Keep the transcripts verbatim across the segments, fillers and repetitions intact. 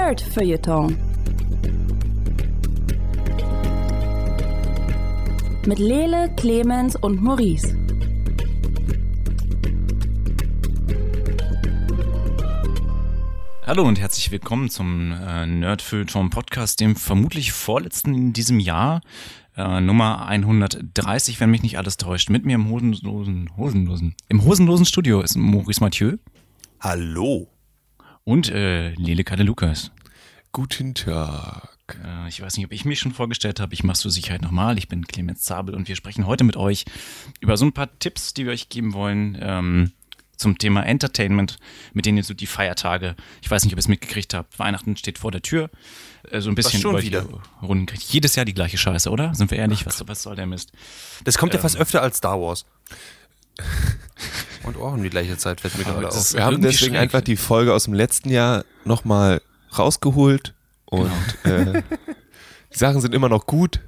Nerd-Feuilleton. Mit Lele, Clemens und Maurice. Hallo und herzlich willkommen zum äh, Nerd-Feuilleton Podcast, dem vermutlich vorletzten in diesem Jahr, äh, Nummer hundertdreißig, wenn mich nicht alles täuscht. Mit mir im hosenlosen, hosenlosen, im hosenlosen Studio ist Maurice Mathieu. Hallo. Und äh, Lele Kalle Lukas. Guten Tag. Äh, ich weiß nicht, ob ich mich schon vorgestellt habe. Ich mache es zur Sicherheit nochmal. Ich bin Clemens Zabel und wir sprechen heute mit euch über so ein paar Tipps, die wir euch geben wollen, ähm, zum Thema Entertainment, mit denen ihr so die Feiertage, ich weiß nicht, ob ihr es mitgekriegt habt, Weihnachten steht vor der Tür, äh, so ein bisschen schon über wieder? die Runden kriegt. Jedes Jahr die gleiche Scheiße, oder? Sind wir ehrlich, was, was soll der Mist? Das kommt Ähm. ja fast öfter als Star Wars. Und auch um die gleiche Zeit fällt mir Aber gerade das auf. Wir haben irgendwie deswegen schräg. einfach die Folge aus dem letzten Jahr nochmal rausgeholt und äh, die Sachen sind immer noch gut.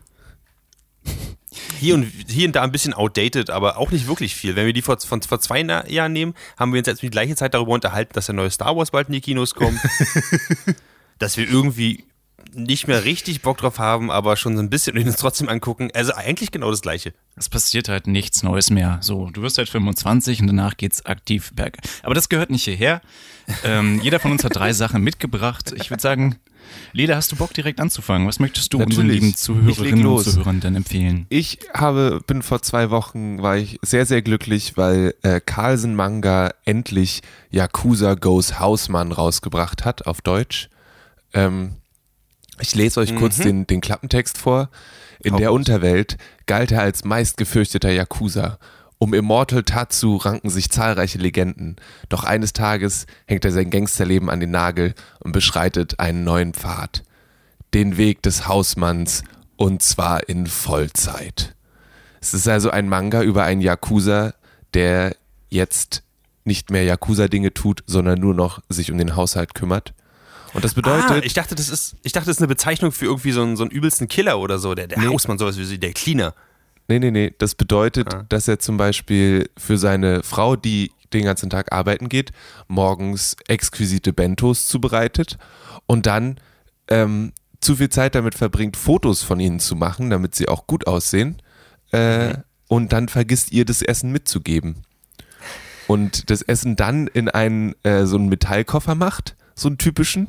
Hier und, hier und da ein bisschen outdated, aber auch nicht wirklich viel. Wenn wir die vor, von, vor zwei Na- Jahren nehmen, haben wir uns jetzt die gleiche Zeit darüber unterhalten, dass der neue Star Wars bald in die Kinos kommt. Dass wir irgendwie nicht mehr richtig Bock drauf haben, aber schon so ein bisschen und uns trotzdem angucken. Also eigentlich genau das Gleiche. Es passiert halt nichts Neues mehr. So, du wirst halt fünfundzwanzig und danach geht's aktiv berg. Aber das gehört nicht hierher. Ähm, jeder von uns hat drei Sachen mitgebracht. Ich würde sagen, Lele, hast du Bock direkt anzufangen? Was möchtest du unseren Natürlich. lieben Ich Zuhörerinnen leg und los. Zuhörern denn empfehlen? Ich habe, bin vor zwei Wochen, war ich sehr, sehr glücklich, weil äh, Carlsen Manga endlich Yakuza Goes Hausmann rausgebracht hat auf Deutsch. Ähm, ich lese euch kurz den, den Klappentext vor. In der Unterwelt galt er als meistgefürchteter Yakuza. Um Immortal Tatsu ranken sich zahlreiche Legenden. Doch eines Tages hängt er sein Gangsterleben an den Nagel und beschreitet einen neuen Pfad. Den Weg des Hausmanns, und zwar in Vollzeit. Es ist also ein Manga über einen Yakuza, der jetzt nicht mehr Yakuza-Dinge tut, sondern nur noch sich um den Haushalt kümmert. Und das bedeutet... Ah, ich dachte, das ist, ich dachte, das ist eine Bezeichnung für irgendwie so einen, so einen übelsten Killer oder so. Der, der Nee. Hausmann, sowas wie der Cleaner. Nee, nee, nee. Das bedeutet, Ah. dass er zum Beispiel für seine Frau, die den ganzen Tag arbeiten geht, morgens exquisite Bentos zubereitet und dann ähm, zu viel Zeit damit verbringt, Fotos von ihnen zu machen, damit sie auch gut aussehen. Äh, Mhm. Und dann vergisst ihr das Essen mitzugeben. Und das Essen dann in einen äh, so einen Metallkoffer macht, so einen typischen,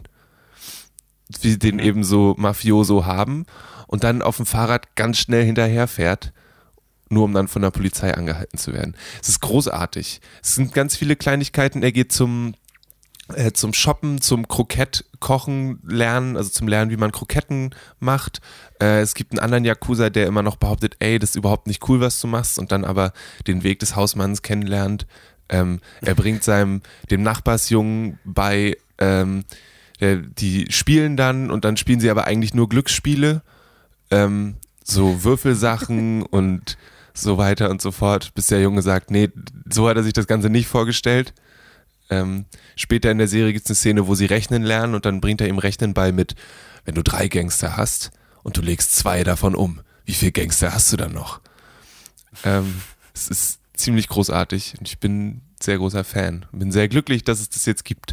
wie den Mhm. eben so Mafioso haben, und dann auf dem Fahrrad ganz schnell hinterherfährt, nur um dann von der Polizei angehalten zu werden. Es ist großartig. Es sind ganz viele Kleinigkeiten. Er geht zum, äh, zum Shoppen, zum Krokett-Kochen lernen, also zum Lernen, wie man Kroketten macht. Äh, es gibt einen anderen Yakuza, der immer noch behauptet, ey, das ist überhaupt nicht cool, was du machst, und dann aber den Weg des Hausmanns kennenlernt. Ähm, er bringt seinem, dem Nachbarsjungen bei, ähm, der, die spielen dann und dann spielen sie aber eigentlich nur Glücksspiele, ähm, so Würfelsachen und so weiter und so fort, bis der Junge sagt, nee, so hat er sich das Ganze nicht vorgestellt. Ähm, später in der Serie gibt es eine Szene, wo sie rechnen lernen und dann bringt er ihm Rechnen bei mit, wenn du drei Gangster hast und du legst zwei davon um, wie viele Gangster hast du dann noch? Ähm, es ist ziemlich großartig und ich bin sehr großer Fan. Bin sehr glücklich, dass es das jetzt gibt.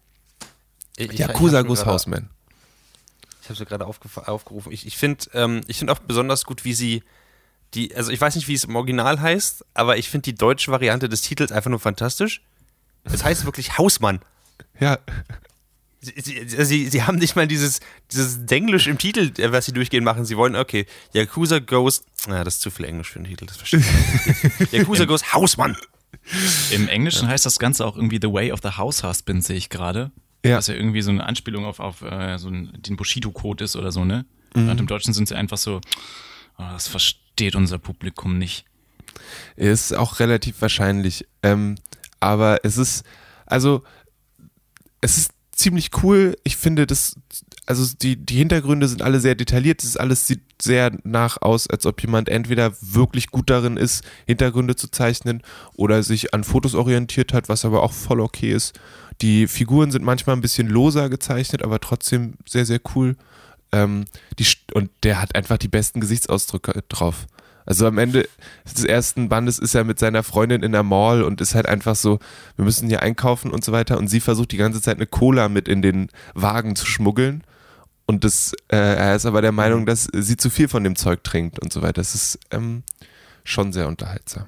Ich, ich, Yakuza ich hab Goes gerade- Hausmann. Ich habe sie gerade aufgef- aufgerufen. Ich, ich finde ähm, ich find auch besonders gut, wie sie die, also ich weiß nicht, wie es im Original heißt, aber ich finde die deutsche Variante des Titels einfach nur fantastisch. Es heißt wirklich Hausmann. Ja, Sie, sie, sie, sie haben nicht mal dieses, dieses Denglisch im Titel, äh, was sie durchgehen machen. Sie wollen, okay, Yakuza Goes, na, das ist zu viel Englisch für den Titel, das verstehe ich nicht. Yakuza Goes Hausmann. Im Englischen heißt das Ganze auch irgendwie The Way of the House Husband, sehe ich gerade. Ja. Was ja irgendwie so eine Anspielung auf, auf äh, so einen, den Bushido-Code ist oder so, ne? Und im Deutschen sind sie einfach so, oh, das versteht unser Publikum nicht. ist auch relativ wahrscheinlich. Ähm, aber es ist, also, es ist ziemlich cool. Ich finde, das, also die, die Hintergründe sind alle sehr detailliert. Das ist alles sieht sehr nach aus, als ob jemand entweder wirklich gut darin ist, Hintergründe zu zeichnen oder sich an Fotos orientiert hat, was aber auch voll okay ist. Die Figuren sind manchmal ein bisschen loser gezeichnet, aber trotzdem sehr, sehr cool. Ähm, die, und der hat einfach die besten Gesichtsausdrücke drauf. Also am Ende des ersten Bandes ist er mit seiner Freundin in der Mall und ist halt einfach so, wir müssen hier einkaufen und so weiter und sie versucht die ganze Zeit eine Cola mit in den Wagen zu schmuggeln und das, äh, er ist aber der Meinung, dass sie zu viel von dem Zeug trinkt und so weiter. Das ist ähm, schon sehr unterhaltsam.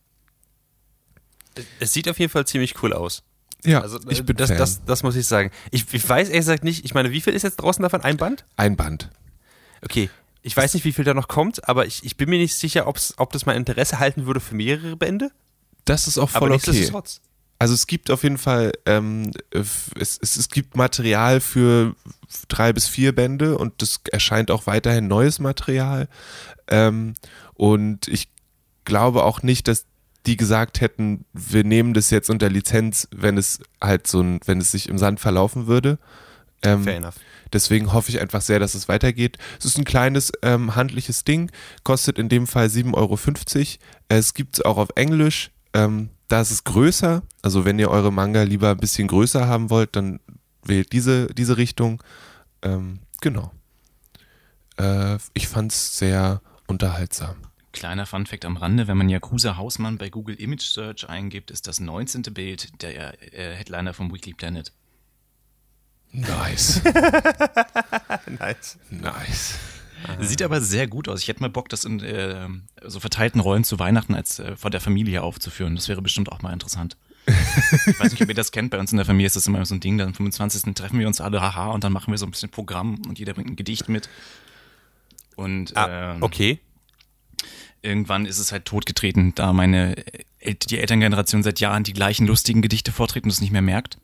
Es sieht auf jeden Fall ziemlich cool aus. Ja, also, ich bin das, Fan. das, das muss ich sagen. Ich, ich weiß ehrlich gesagt nicht, ich meine, wie viel ist jetzt draußen davon? Ein Band? Ein Band. Okay, ich weiß nicht, wie viel da noch kommt, aber ich, ich bin mir nicht sicher, ob's, ob das mein Interesse halten würde für mehrere Bände. Das ist auch voll aber okay. nichtsdestotrotz. Also es gibt auf jeden Fall, ähm, es, es, es gibt Material für drei bis vier Bände und es erscheint auch weiterhin neues Material. Ähm, und ich glaube auch nicht, dass die gesagt hätten, wir nehmen das jetzt unter Lizenz, wenn es halt so ein, wenn es sich im Sand verlaufen würde. Ähm, Fair enough. Deswegen hoffe ich einfach sehr, dass es weitergeht. Es ist ein kleines ähm, handliches Ding, kostet in dem Fall sieben Euro fünfzig. Es gibt es auch auf Englisch. Ähm, da ist es größer. Also wenn ihr eure Manga lieber ein bisschen größer haben wollt, dann wählt diese, diese Richtung. Ähm, genau. Äh, ich fand es sehr unterhaltsam. Kleiner Funfact am Rande, wenn man Yakuza Hausmann bei Google Image Search eingibt, ist das neunzehnte Bild der äh, Headliner vom Weekly Planet. Nice. Nice. Nice. Sieht aber sehr gut aus. Ich hätte mal Bock, das in äh, so verteilten Rollen zu Weihnachten als äh, vor der Familie aufzuführen. Das wäre bestimmt auch mal interessant. Ich weiß nicht, ob ihr das kennt. Bei uns in der Familie ist das immer so ein Ding. Dann am fünfundzwanzigsten treffen wir uns alle, haha, und dann machen wir so ein bisschen Programm und jeder bringt ein Gedicht mit. Und Ah, ähm, okay. irgendwann ist es halt totgetreten, da meine El- die Elterngeneration seit Jahren die gleichen lustigen Gedichte vorträgt und es nicht mehr merkt.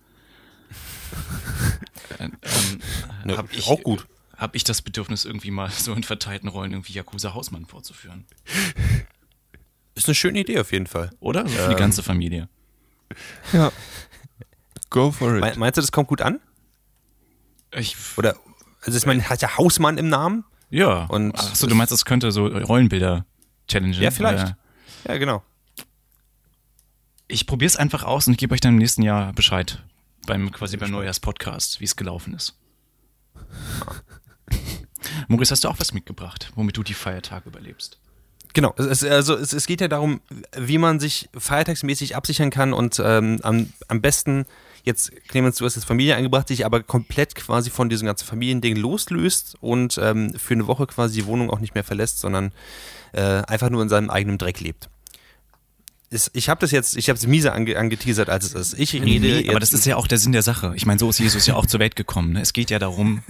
äh, ähm, Ne, hab ich, auch gut. Habe ich das Bedürfnis, irgendwie mal so in verteilten Rollen irgendwie Yakuza Hausmann vorzuführen. Ist eine schöne Idee auf jeden Fall. Oder? So für Ähm. die ganze Familie. Ja. Go for it. Me- Meinst du, das kommt gut an? Ich, Oder, also ich meine, hat ja Hausmann im Namen. ja. Und Achso, du meinst, das könnte so Rollenbilder challengen? Ja, vielleicht. Oder? Ja, genau. Ich probiere es einfach aus und gebe euch dann im nächsten Jahr Bescheid. Beim, quasi beim Neujahrspodcast, wie es gelaufen ist. Maurice, hast du auch was mitgebracht, womit du die Feiertage überlebst? Genau, es, es, also es, es geht ja darum, wie man sich feiertagsmäßig absichern kann und ähm, am, am besten, jetzt Clemens, du hast jetzt Familie eingebracht, dich aber komplett quasi von diesem ganzen Familiending loslöst und ähm, für eine Woche quasi die Wohnung auch nicht mehr verlässt, sondern äh, einfach nur in seinem eigenen Dreck lebt. Ist, ich habe das jetzt, ich habe es miese ange, angeteasert, als es ist. Ich rede Nee, jetzt, aber das ist ja auch der Sinn der Sache. Ich meine, so ist Jesus ja auch zur Welt gekommen. Ne? Es geht ja darum,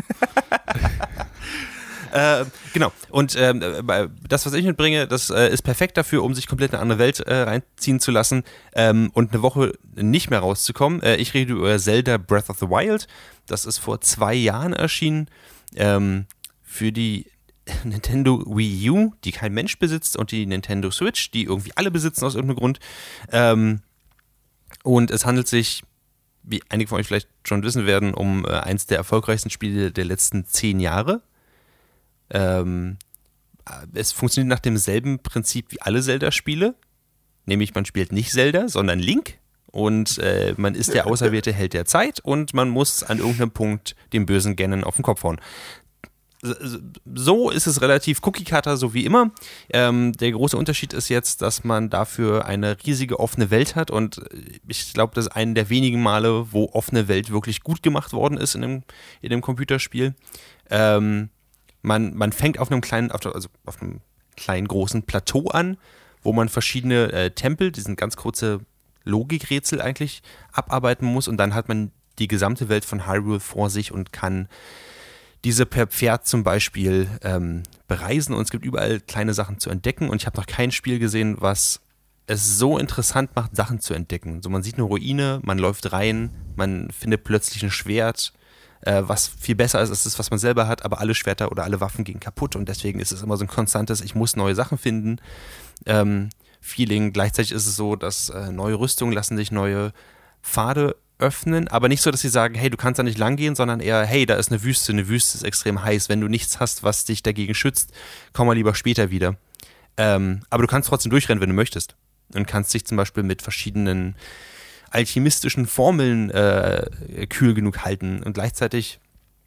Äh, genau. Und ähm, äh, das, was ich mitbringe, das äh, ist perfekt dafür, um sich komplett in eine andere Welt äh, reinziehen zu lassen ähm, und eine Woche nicht mehr rauszukommen. Äh, ich rede über Zelda Breath of the Wild. Das ist vor zwei Jahren erschienen ähm, für die Nintendo Wii U, die kein Mensch besitzt, und die Nintendo Switch, die irgendwie alle besitzen aus irgendeinem Grund. Ähm, und es handelt sich, wie einige von euch vielleicht schon wissen werden, um äh, eins der erfolgreichsten Spiele der letzten zehn Jahre. Ähm, es funktioniert nach demselben Prinzip wie alle Zelda-Spiele, nämlich man spielt nicht Zelda, sondern Link und äh, man ist der auserwählte Held der Zeit und man muss an irgendeinem Punkt dem bösen Ganon auf den Kopf hauen. So ist es relativ Cookie-Cutter, so wie immer. Ähm, der große Unterschied ist jetzt, dass man dafür eine riesige offene Welt hat und ich glaube, das ist eine der wenigen Male, wo offene Welt wirklich gut gemacht worden ist in einem, in einem Computerspiel. Ähm, Man, man fängt auf einem kleinen, also auf einem kleinen großen Plateau an, wo man verschiedene äh, Tempel, die sind ganz kurze Logikrätsel eigentlich, abarbeiten muss und dann hat man die gesamte Welt von Hyrule vor sich und kann diese per Pferd zum Beispiel ähm, bereisen und es gibt überall kleine Sachen zu entdecken und ich habe noch kein Spiel gesehen, was es so interessant macht, Sachen zu entdecken. So, man sieht eine Ruine, man läuft rein, man findet plötzlich ein Schwert, Äh, was viel besser ist, ist das, was man selber hat, aber alle Schwerter oder alle Waffen gehen kaputt und deswegen ist es immer so ein konstantes, ich muss neue Sachen finden, ähm, Feeling. Gleichzeitig ist es so, dass äh, neue Rüstungen lassen sich neue Pfade öffnen, aber nicht so, dass sie sagen, hey, du kannst da nicht lang gehen, sondern eher, hey, da ist eine Wüste, eine Wüste ist extrem heiß, wenn du nichts hast, was dich dagegen schützt, komm mal lieber später wieder. Ähm, aber du kannst trotzdem durchrennen, wenn du möchtest und kannst dich zum Beispiel mit verschiedenen alchemistischen Formeln äh, kühl genug halten und gleichzeitig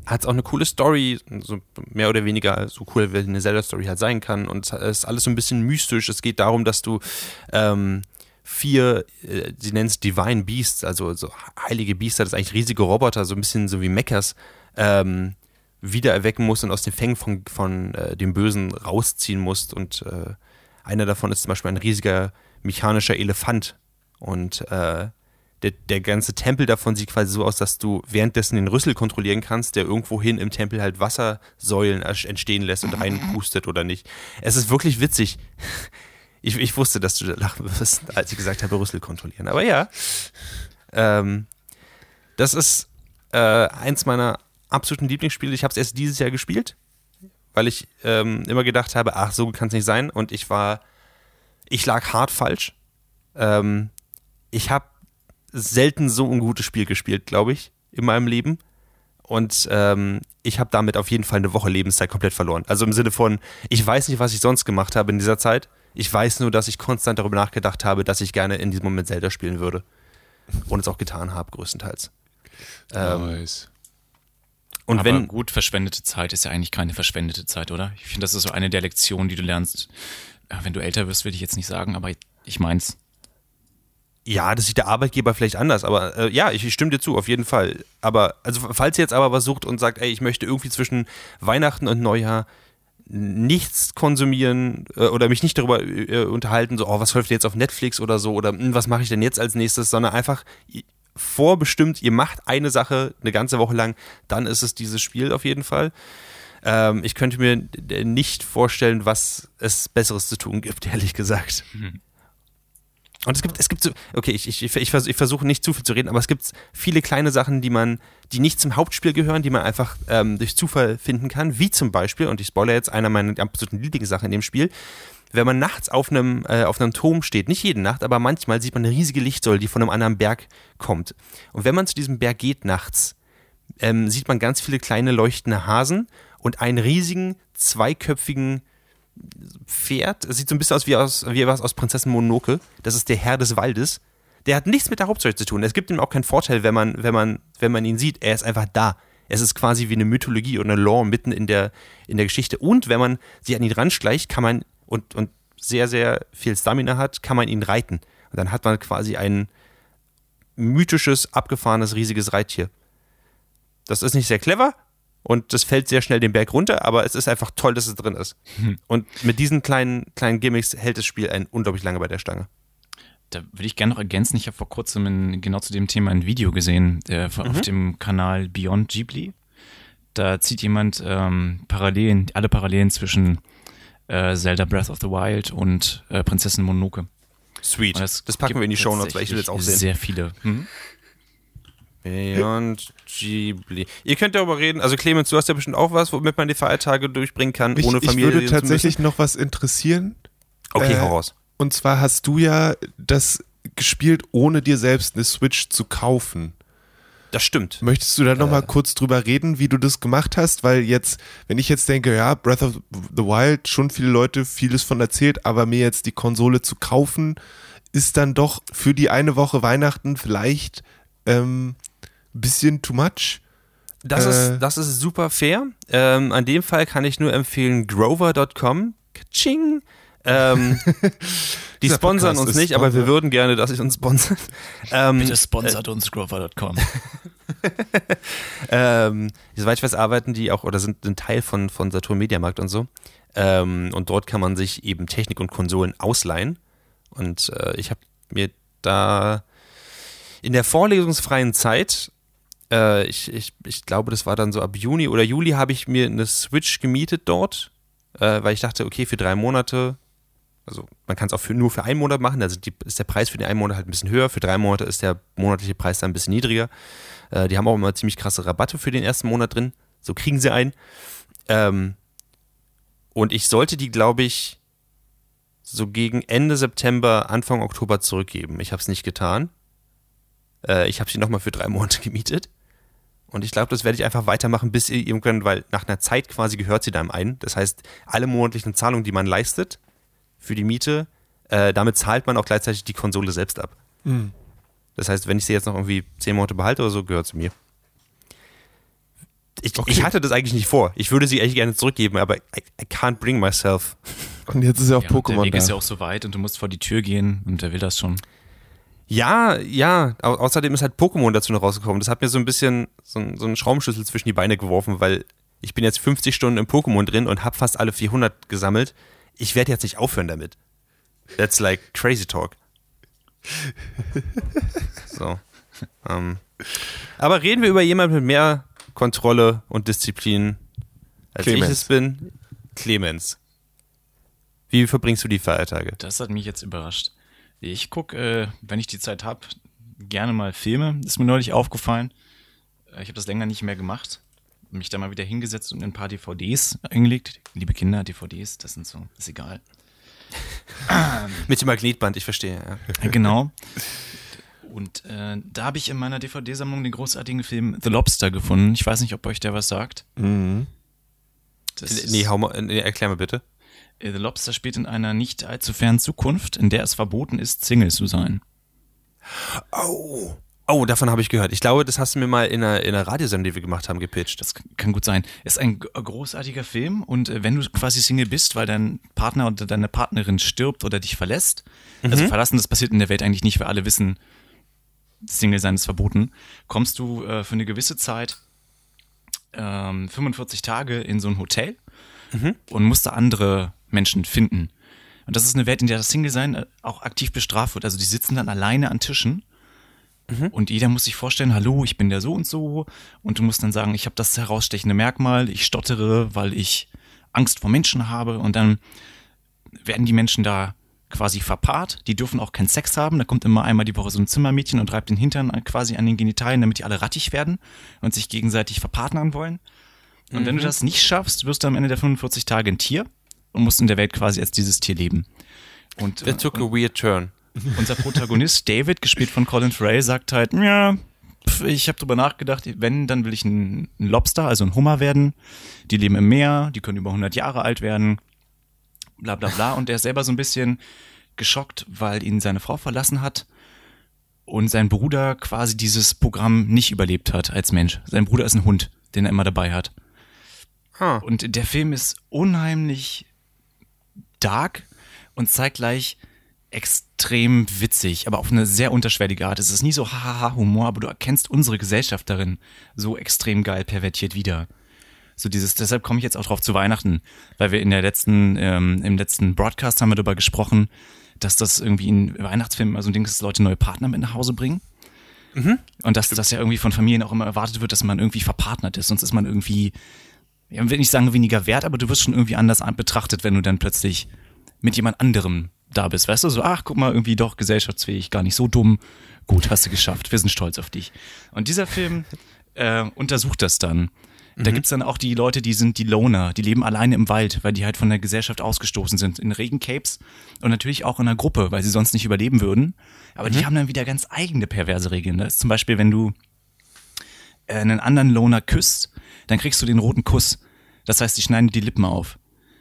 hat es auch eine coole Story, so mehr oder weniger so cool, wie eine Zelda-Story halt sein kann. Und es ist alles so ein bisschen mystisch. Es geht darum, dass du ähm, vier, äh, sie nennen es Divine Beasts, also so heilige Biester, das sind eigentlich riesige Roboter, so ein bisschen so wie Mechas, ähm, wieder erwecken musst und aus den Fängen von, von äh, dem Bösen rausziehen musst. Und äh, einer davon ist zum Beispiel ein riesiger mechanischer Elefant. Und äh, Der, der ganze Tempel davon sieht quasi so aus, dass du währenddessen den Rüssel kontrollieren kannst, der irgendwohin im Tempel halt Wassersäulen entstehen lässt und reinpustet oder nicht. Es ist wirklich witzig. Ich, ich wusste, dass du da lachen wirst, als ich gesagt habe, Rüssel kontrollieren. Aber ja, ähm, das ist äh, eins meiner absoluten Lieblingsspiele. Ich habe es erst dieses Jahr gespielt, weil ich ähm, immer gedacht habe, ach, so kann es nicht sein. Und ich war, ich lag hart falsch. Ähm, ich habe selten so ein gutes Spiel gespielt, glaube ich, in meinem Leben. Und ähm, ich habe damit auf jeden Fall eine Woche Lebenszeit komplett verloren. Also im Sinne von, ich weiß nicht, was ich sonst gemacht habe in dieser Zeit. Ich weiß nur, dass ich konstant darüber nachgedacht habe, dass ich gerne in diesem Moment Zelda spielen würde. Und es auch getan habe, größtenteils. Ähm, Nice. und Aber wenn, gut, verschwendete Zeit ist ja eigentlich keine verschwendete Zeit, oder? Ich finde, das ist so eine der Lektionen, die du lernst. Ja, wenn du älter wirst, will ich jetzt nicht sagen, aber ich mein's. Ja, das sieht der Arbeitgeber vielleicht anders, aber äh, ja, ich, ich stimme dir zu, auf jeden Fall. Aber, also falls ihr jetzt aber was sucht und sagt, ey, ich möchte irgendwie zwischen Weihnachten und Neujahr nichts konsumieren äh, oder mich nicht darüber äh, unterhalten, so, oh, was läuft jetzt auf Netflix oder so, oder mh, was mache ich denn jetzt als nächstes, sondern einfach vorbestimmt, ihr macht eine Sache eine ganze Woche lang, dann ist es dieses Spiel auf jeden Fall. Ähm, ich könnte mir nicht vorstellen, was es Besseres zu tun gibt, ehrlich gesagt. Mhm. Und es gibt, es gibt so, okay, ich, ich, ich, vers- ich versuche nicht zu viel zu reden, aber es gibt viele kleine Sachen, die man, die nicht zum Hauptspiel gehören, die man einfach ähm, durch Zufall finden kann, wie zum Beispiel, und ich spoilere jetzt einer meiner absoluten Lieblingssachen in dem Spiel, wenn man nachts auf einem, äh, auf einem Turm steht, nicht jede Nacht, aber manchmal sieht man eine riesige Lichtsäule, die von einem anderen Berg kommt. Und wenn man zu diesem Berg geht nachts, ähm, sieht man ganz viele kleine leuchtende Hasen und einen riesigen, zweiköpfigen Pferd. Es sieht so ein bisschen aus wie, aus wie was aus Prinzessin Mononoke. Das ist der Herr des Waldes. Der hat nichts mit der Hauptstory zu tun. Es gibt ihm auch keinen Vorteil, wenn man, wenn man, wenn man ihn sieht. Er ist einfach da. Es ist quasi wie eine Mythologie oder eine Lore mitten in der, in der Geschichte. Und wenn man sich an ihn ranschleicht, kann man und, und sehr, sehr viel Stamina hat, kann man ihn reiten. Und dann hat man quasi ein mythisches, abgefahrenes, riesiges Reittier. Das ist nicht sehr clever. Und das fällt sehr schnell den Berg runter, aber es ist einfach toll, dass es drin ist. Hm. Und mit diesen kleinen, kleinen Gimmicks hält das Spiel einen unglaublich lange bei der Stange. Da würde ich gerne noch ergänzen, ich habe vor kurzem in, genau zu dem Thema ein Video gesehen, der, mhm. auf dem Kanal Beyond Ghibli. Da zieht jemand ähm, Parallelen, alle Parallelen zwischen äh, Zelda Breath of the Wild und äh, Prinzessin Mononoke. Sweet, das, das packen wir in die Shownotes, weil ich will jetzt auch sehen. Sehr viele. Hm? Beyond Ghibli. Ihr könnt darüber reden. Also Clemens, du hast ja bestimmt auch was, womit man die Feiertage durchbringen kann, mich, ohne Familie Ich würde tatsächlich noch was interessieren. Okay, äh, hau raus. Und zwar hast du ja das gespielt, ohne dir selbst eine Switch zu kaufen. Das stimmt. Möchtest du da nochmal äh. kurz drüber reden, wie du das gemacht hast? Weil jetzt, wenn ich jetzt denke, ja, Breath of the Wild, schon viele Leute vieles von erzählt, aber mir jetzt die Konsole zu kaufen, ist dann doch für die eine Woche Weihnachten vielleicht ähm, bisschen too much. Das, äh, ist, das ist super fair. Ähm, an dem Fall kann ich nur empfehlen Grover Punkt com. Kaching. Ähm, die sponsern uns nicht, aber wir würden gerne, dass sie uns sponsern. Ähm, Bitte sponsert äh, uns Grover Punkt com. ähm, soweit ich weiß, arbeiten die auch oder sind ein Teil von, von Saturn Mediamarkt und so. Ähm, und dort kann man sich eben Technik und Konsolen ausleihen. Und äh, ich habe mir da in der vorlesungsfreien Zeit, äh, ich, ich, ich glaube, das war dann so ab Juni oder Juli, habe ich mir eine Switch gemietet dort, äh, weil ich dachte, okay, für drei Monate, also man kann es auch für, nur für einen Monat machen, also die, ist der Preis für den einen Monat halt ein bisschen höher, für drei Monate ist der monatliche Preis dann ein bisschen niedriger. Äh, die haben auch immer ziemlich krasse Rabatte für den ersten Monat drin, so kriegen sie einen. Ähm, und ich sollte die, glaube ich, so gegen Ende September, Anfang Oktober zurückgeben. Ich habe es nicht getan. Äh, ich habe sie nochmal für drei Monate gemietet. Und ich glaube, das werde ich einfach weitermachen, bis irgendwann, weil nach einer Zeit quasi gehört sie da ein. Das heißt, alle monatlichen Zahlungen, die man leistet für die Miete, äh, damit zahlt man auch gleichzeitig die Konsole selbst ab. Mhm. Das heißt, wenn ich sie jetzt noch irgendwie zehn Monate behalte oder so, gehört sie mir. Ich, Okay. ich hatte das eigentlich nicht vor. Ich würde sie eigentlich gerne zurückgeben, aber I, I can't bring myself. Und jetzt ist ja auch Ja, und der Pokémon Weg da. ist ja auch so weit und du musst vor die Tür gehen und der will das schon. Ja, ja. Au außerdem ist halt Pokémon dazu noch rausgekommen. Das hat mir so ein bisschen so, ein, so einen Schraubenschlüssel zwischen die Beine geworfen, weil ich bin jetzt fünfzig Stunden im Pokémon drin und habe fast alle vierhundert gesammelt. Ich werde jetzt nicht aufhören damit. That's like crazy talk. So. Ähm. Aber reden wir über jemanden mit mehr Kontrolle und Disziplin, als Clemens. ich es bin. Clemens. Wie verbringst du die Feiertage? Das hat mich jetzt überrascht. Ich gucke, äh, wenn ich die Zeit habe, gerne mal Filme. Ist mir neulich aufgefallen. Äh, Ich habe das länger nicht mehr gemacht. Mich da mal wieder hingesetzt und ein paar D V Ds eingelegt. Liebe Kinder, D V Ds, das sind so, ist egal. Mit dem Magnetband, ich verstehe. Ja. Äh, Genau. Und äh, da habe ich in meiner D V D-Sammlung den großartigen Film The Lobster gefunden. Ich weiß nicht, ob euch der was sagt. Mhm. Das ist- Nee, hau mal, nee, erklär mal bitte. The Lobster spielt in einer nicht allzu fernen Zukunft, in der es verboten ist, Single zu sein. Oh. Oh, davon habe ich gehört. Ich glaube, das hast du mir mal in einer, in einer Radiosendung, die wir gemacht haben, gepitcht. Das kann gut sein. Ist ein g- großartiger Film und äh, wenn du quasi Single bist, weil dein Partner oder deine Partnerin stirbt oder dich verlässt, also verlassen, das passiert in der Welt eigentlich nicht, weil alle wissen, Single sein ist verboten, kommst du äh, für eine gewisse Zeit ähm, fünfundvierzig Tage in so ein Hotel und musst da andere Menschen finden. Und das ist eine Welt, in der das Single-Sein äh, auch aktiv bestraft wird. Also die sitzen dann alleine an Tischen und jeder muss sich vorstellen, hallo, ich bin der so und so und du musst dann sagen, ich habe das herausstechende Merkmal, ich stottere, weil ich Angst vor Menschen habe und dann werden die Menschen da quasi verpaart, die dürfen auch keinen Sex haben, da kommt immer einmal die Woche so ein Zimmermädchen und reibt den Hintern an- quasi an den Genitalien, damit die alle rattig werden und sich gegenseitig verpartnern wollen. Und wenn du das nicht schaffst, wirst du am Ende der fünfundvierzig Tage ein Tier und musst in der Welt quasi als dieses Tier leben. Und, That took a weird turn. unser Protagonist David, gespielt von Colin Farrell, sagt halt, ja, pf, ich habe drüber nachgedacht, wenn, dann will ich ein, ein Lobster, also ein Hummer werden. Die leben im Meer, die können über hundert Jahre alt werden, bla bla bla. Und er ist selber so ein bisschen geschockt, weil ihn seine Frau verlassen hat und sein Bruder quasi dieses Programm nicht überlebt hat als Mensch. Sein Bruder ist ein Hund, den er immer dabei hat. Huh. Und der Film ist unheimlich dark und zeitgleich extrem witzig, aber auf eine sehr unterschwellige Art. Es ist nie so Hahaha-Humor, aber du erkennst unsere Gesellschaft darin so extrem geil pervertiert wieder. So dieses, deshalb komme ich jetzt auch drauf zu Weihnachten, weil wir in der letzten, ähm, im letzten Broadcast haben wir darüber gesprochen, dass das irgendwie in Weihnachtsfilmen immer so ein Ding ist, dass Leute neue Partner mit nach Hause bringen. Und dass das ja irgendwie von Familien auch immer erwartet wird, dass man irgendwie verpartnert ist, sonst ist man irgendwie, ja, ich will nicht sagen weniger wert, aber du wirst schon irgendwie anders an- betrachtet, wenn du dann plötzlich mit jemand anderem da bist, weißt du, so, ach, guck mal, irgendwie doch gesellschaftsfähig, gar nicht so dumm, gut, hast du geschafft, wir sind stolz auf dich. Und dieser Film äh, untersucht das dann. Da gibt's dann auch die Leute, die sind die Loner, die leben alleine im Wald, weil die halt von der Gesellschaft ausgestoßen sind, in Regencapes und natürlich auch in einer Gruppe, weil sie sonst nicht überleben würden. Aber die haben dann wieder ganz eigene perverse Regeln. Das ist zum Beispiel, wenn du äh, einen anderen Loner küsst, dann kriegst du den roten Kuss. Das heißt, die schneiden dir die Lippen auf.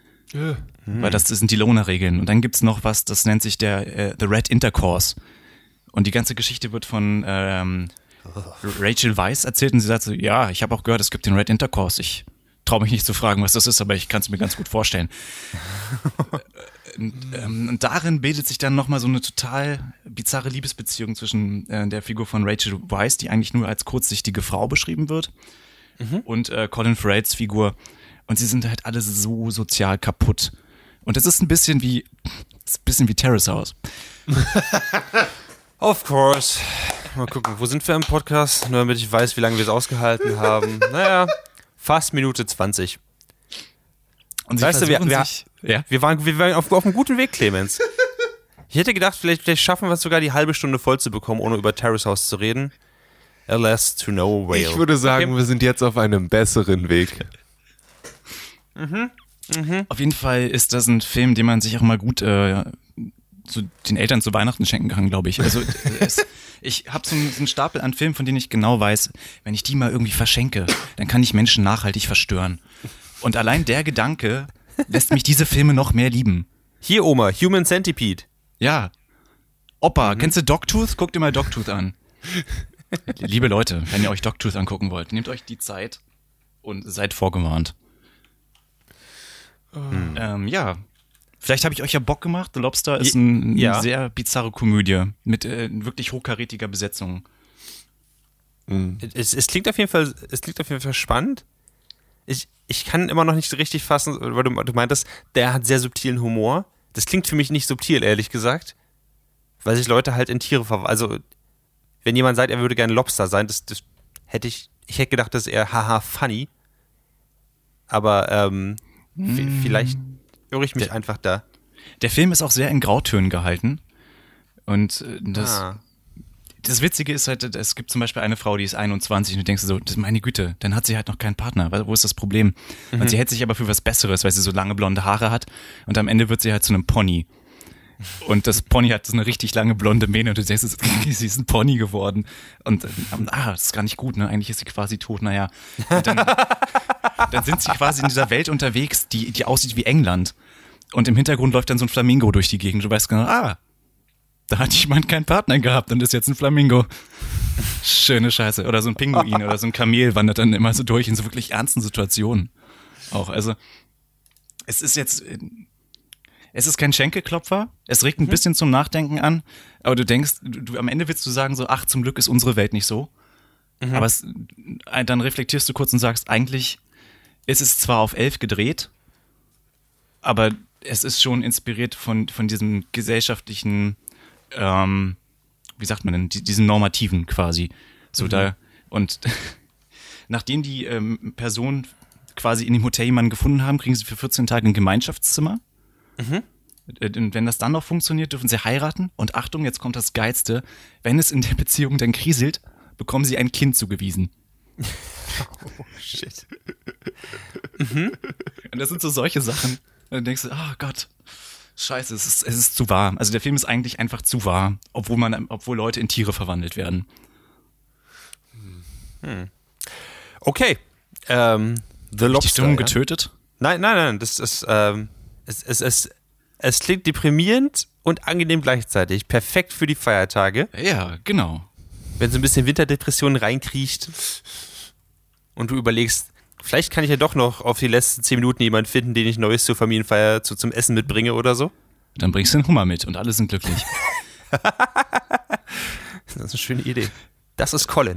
Weil das, das sind die Loner-Regeln. Und dann gibt's noch was, das nennt sich der äh, The Red Intercourse. Und die ganze Geschichte wird von ähm, Rachel Weisz erzählt und sie sagt so, ja, ich habe auch gehört, es gibt den Red Intercourse. Ich traue mich nicht zu fragen, was das ist, aber ich kann es mir ganz gut vorstellen. und, ähm, und darin bildet sich dann nochmal so eine total bizarre Liebesbeziehung zwischen äh, der Figur von Rachel Weisz, die eigentlich nur als kurzsichtige Frau beschrieben wird, und äh, Colin Farrells Figur. Und sie sind halt alle so sozial kaputt. Und das ist ein bisschen wie, das ist ein bisschen wie Terrace House. Of course. Mal gucken, wo sind wir im Podcast? Nur damit ich weiß, wie lange wir es ausgehalten haben. Naja, fast Minute zwanzig. Und sie Weißt du, wir, versuchen wir, sich, ja? wir waren, wir waren auf, auf einem guten Weg, Clemens. Ich hätte gedacht, vielleicht, vielleicht schaffen wir es sogar, die halbe Stunde voll zu bekommen, ohne über Terrace House zu reden. Alas, to no avail. Ich würde sagen, Okay. wir sind jetzt auf einem besseren Weg. Auf jeden Fall ist das ein Film, den man sich auch mal gut äh, zu den Eltern zu Weihnachten schenken kann, glaube ich. Also es, ich habe so, einen- so einen Stapel an Filmen, von denen ich genau weiß, wenn ich die mal irgendwie verschenke, dann kann ich Menschen nachhaltig verstören. Und allein der Gedanke lässt mich diese Filme noch mehr lieben. Hier, Oma, Human Centipede. Ja. Opa, kennst du Dogtooth? Guck dir mal Dogtooth an. Liebe Leute, wenn ihr euch Dogtooth angucken wollt, nehmt euch die Zeit. und seid vorgewarnt. Hm. Ähm, ja, vielleicht habe ich euch ja Bock gemacht. The Lobster ist ein, ja. eine sehr bizarre Komödie mit äh, wirklich hochkarätiger Besetzung. Mhm. Es, es klingt auf jeden Fall, es klingt auf jeden Fall spannend. Ich, ich kann immer noch nicht richtig fassen, weil du, du meintest, der hat sehr subtilen Humor. Das klingt für mich nicht subtil, ehrlich gesagt. Weil sich Leute halt in Tiere verwandeln. Also, wenn jemand sagt, er würde gerne Lobster sein, das, das hätte ich, ich hätte gedacht, das ist eher haha funny. Aber, ähm, Mm. v- vielleicht irre ich mich Der- einfach da. Der Film ist auch sehr in Grautönen gehalten. Und äh, das, Ah. das Witzige ist halt, es gibt zum Beispiel eine Frau, die ist einundzwanzig und du denkst dir so, das- meine Güte, dann hat sie halt noch keinen Partner. Wo ist das Problem? Und sie hält sich aber für was Besseres, weil sie so lange blonde Haare hat und am Ende wird sie halt zu einem Pony. Und das Pony hat so eine richtig lange blonde Mähne und du denkst, sie ist ein Pony geworden. Und ähm, ah, das ist gar nicht gut, ne? Eigentlich ist sie quasi tot, naja. Und dann, dann sind sie quasi in dieser Welt unterwegs, die, die aussieht wie England. Und im Hintergrund läuft dann so ein Flamingo durch die Gegend. Du weißt genau, ah, da hat jemand keinen Partner gehabt und ist jetzt ein Flamingo. Schöne Scheiße. Oder so ein Pinguin oder so ein Kamel wandert dann immer so durch in so wirklich ernsten Situationen. Auch, also es ist jetzt, es ist kein Schenkelklopfer, es regt ein bisschen zum Nachdenken an, aber du denkst, du, du am Ende willst du sagen so, ach, zum Glück ist unsere Welt nicht so. Mhm. Aber es, dann reflektierst du kurz und sagst, eigentlich ist es zwar auf elf gedreht, aber es ist schon inspiriert von, von diesem gesellschaftlichen, ähm, wie sagt man denn, die, diesen Normativen quasi. So mhm. da, und nachdem die ähm, Personen quasi in dem Hotel jemanden gefunden haben, kriegen sie für vierzehn Tage ein Gemeinschaftszimmer. Mhm. Und wenn das dann noch funktioniert, dürfen sie heiraten. Und Achtung, jetzt kommt das Geilste. Wenn es in der Beziehung dann kriselt, bekommen sie ein Kind zugewiesen. Oh, shit. mhm. Und das sind so solche Sachen. Und dann denkst du, oh Gott, scheiße, es ist, es ist zu wahr. Also der Film ist eigentlich einfach zu wahr, obwohl man, obwohl Leute in Tiere verwandelt werden. Hm. Okay. Ähm, The Lobster. Die Stimmung ja? getötet? Nein, nein, nein. Das ist, ähm, es, es, es, es klingt deprimierend und angenehm gleichzeitig. Perfekt für die Feiertage. Ja, genau. Wenn so ein bisschen Winterdepression reinkriecht und du überlegst, vielleicht kann ich ja doch noch auf die letzten zehn Minuten jemanden finden, den ich Neues zur Familienfeier zu, zum Essen mitbringe oder so. Dann bringst du den Hummer mit und alle sind glücklich. Das ist eine schöne Idee. Das ist Colin.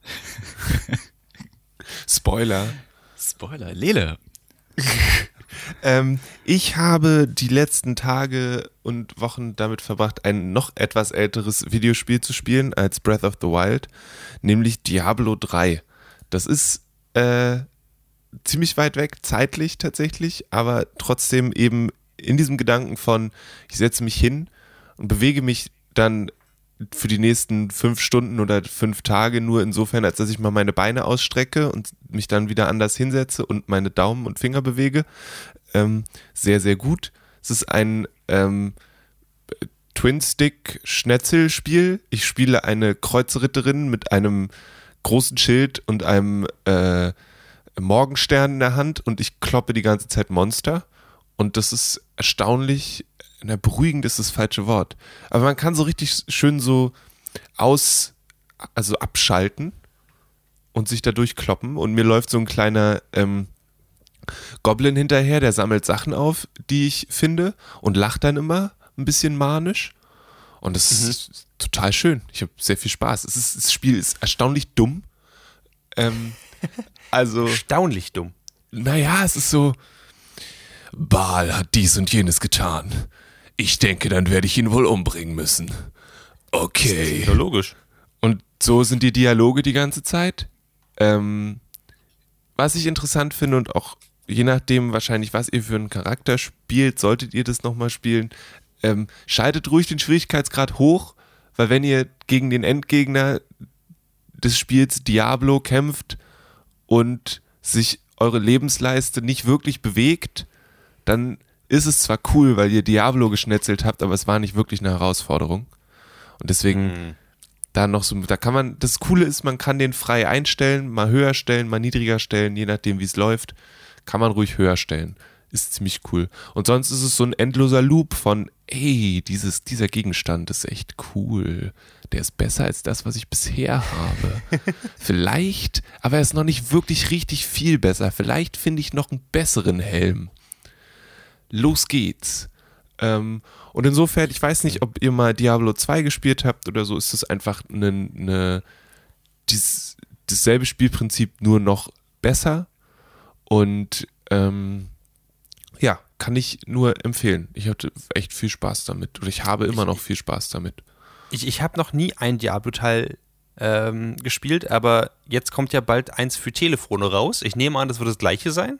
Spoiler. Spoiler, Lele. ähm, ich habe die letzten Tage und Wochen damit verbracht, ein noch etwas älteres Videospiel zu spielen als Breath of the Wild, nämlich Diablo drei. Das ist äh, ziemlich weit weg, zeitlich tatsächlich, aber trotzdem eben in diesem Gedanken von, ich setze mich hin und bewege mich dann für die nächsten fünf Stunden oder fünf Tage nur insofern, als dass ich mal meine Beine ausstrecke und mich dann wieder anders hinsetze und meine Daumen und Finger bewege. Ähm, sehr, sehr gut. Es ist ein ähm, Twin-Stick-Schnetzelspiel. Ich spiele eine Kreuzritterin mit einem großen Schild und einem äh, Morgenstern in der Hand und ich kloppe die ganze Zeit Monster. Und das ist erstaunlich, na, beruhigend ist das falsche Wort. Aber man kann so richtig schön so aus, also abschalten und sich da durchkloppen. Und mir läuft so ein kleiner ähm, Goblin hinterher, der sammelt Sachen auf, die ich finde und lacht dann immer ein bisschen manisch. Und das mhm. ist total schön. Ich habe sehr viel Spaß. Es ist, das Spiel ist erstaunlich dumm. Ähm, also Erstaunlich dumm. Naja, es ist so, Baal hat dies und jenes getan. Ich denke, dann werde ich ihn wohl umbringen müssen. Okay. Das ist ja logisch. Und so sind die Dialoge die ganze Zeit. Ähm, was ich interessant finde und auch je nachdem wahrscheinlich, was ihr für einen Charakter spielt, solltet ihr das nochmal spielen, ähm, schaltet ruhig den Schwierigkeitsgrad hoch, weil wenn ihr gegen den Endgegner des Spiels Diablo kämpft und sich eure Lebensleiste nicht wirklich bewegt, dann ist es zwar cool, weil ihr Diablo geschnetzelt habt, aber es war nicht wirklich eine Herausforderung. Und deswegen mhm. da noch so, da kann man, das Coole ist, man kann den frei einstellen, mal höher stellen, mal niedriger stellen, je nachdem wie es läuft, kann man ruhig höher stellen. ist ziemlich cool. Und sonst ist es so ein endloser Loop von, ey, dieses, dieser Gegenstand ist echt cool. Der ist besser als das, was ich bisher habe. Vielleicht, aber er ist noch nicht wirklich richtig viel besser. Vielleicht finde ich noch einen besseren Helm. Los geht's. Ähm, und insofern, ich weiß nicht, ob ihr mal Diablo zwei gespielt habt oder so, ist es einfach eine, eine dies, dasselbe Spielprinzip, nur noch besser. Und ähm, ja, kann ich nur empfehlen. Ich hatte echt viel Spaß damit. Oder ich habe immer noch viel Spaß damit. Ich, ich habe noch nie ein Diablo-Teil ähm, gespielt, aber jetzt kommt ja bald eins für Telefone raus. Ich nehme an, das wird das gleiche sein.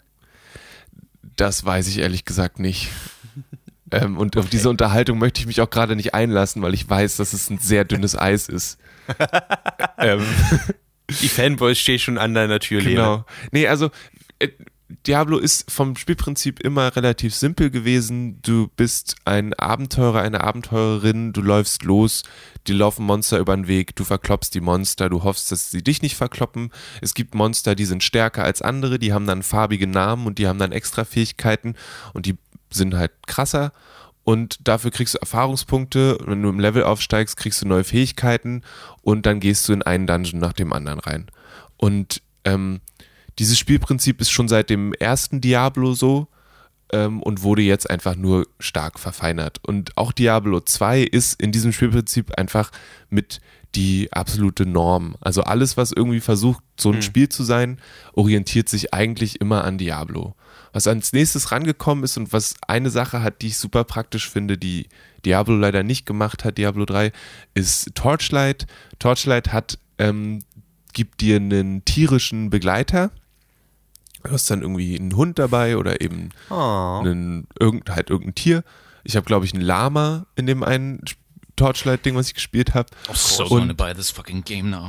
Das weiß ich ehrlich gesagt nicht. ähm, und okay. Auf diese Unterhaltung möchte ich mich auch gerade nicht einlassen, weil ich weiß, dass es ein sehr dünnes Eis ist. ähm, Die Fanboys stehen schon an deiner Tür. Genau. Nee, also äh, Diablo ist vom Spielprinzip immer relativ simpel gewesen. Du bist ein Abenteurer, eine Abenteurerin, du läufst los, dir laufen Monster über den Weg, du verkloppst die Monster, du hoffst, dass sie dich nicht verkloppen. Es gibt Monster, die sind stärker als andere, die haben dann farbige Namen und die haben dann extra Fähigkeiten und die sind halt krasser. Und dafür kriegst du Erfahrungspunkte. Wenn du im Level aufsteigst, kriegst du neue Fähigkeiten und dann gehst du in einen Dungeon nach dem anderen rein. Und ähm, dieses Spielprinzip ist schon seit dem ersten Diablo so ähm, und wurde jetzt einfach nur stark verfeinert. Und auch Diablo zwei ist in diesem Spielprinzip einfach mit die absolute Norm. Also alles, was irgendwie versucht, so ein mhm. Spiel zu sein, orientiert sich eigentlich immer an Diablo. Was als nächstes rangekommen ist und was eine Sache hat, die ich super praktisch finde, die Diablo leider nicht gemacht hat, Diablo drei, ist Torchlight. Torchlight hat, ähm, gibt dir einen tierischen Begleiter. Du hast dann irgendwie einen Hund dabei oder eben oh. einen, irgend, halt irgendein Tier. Ich habe, glaube ich, einen Lama in dem einen Torchlight-Ding, was ich gespielt habe. I'm so gonna buy this fucking game now.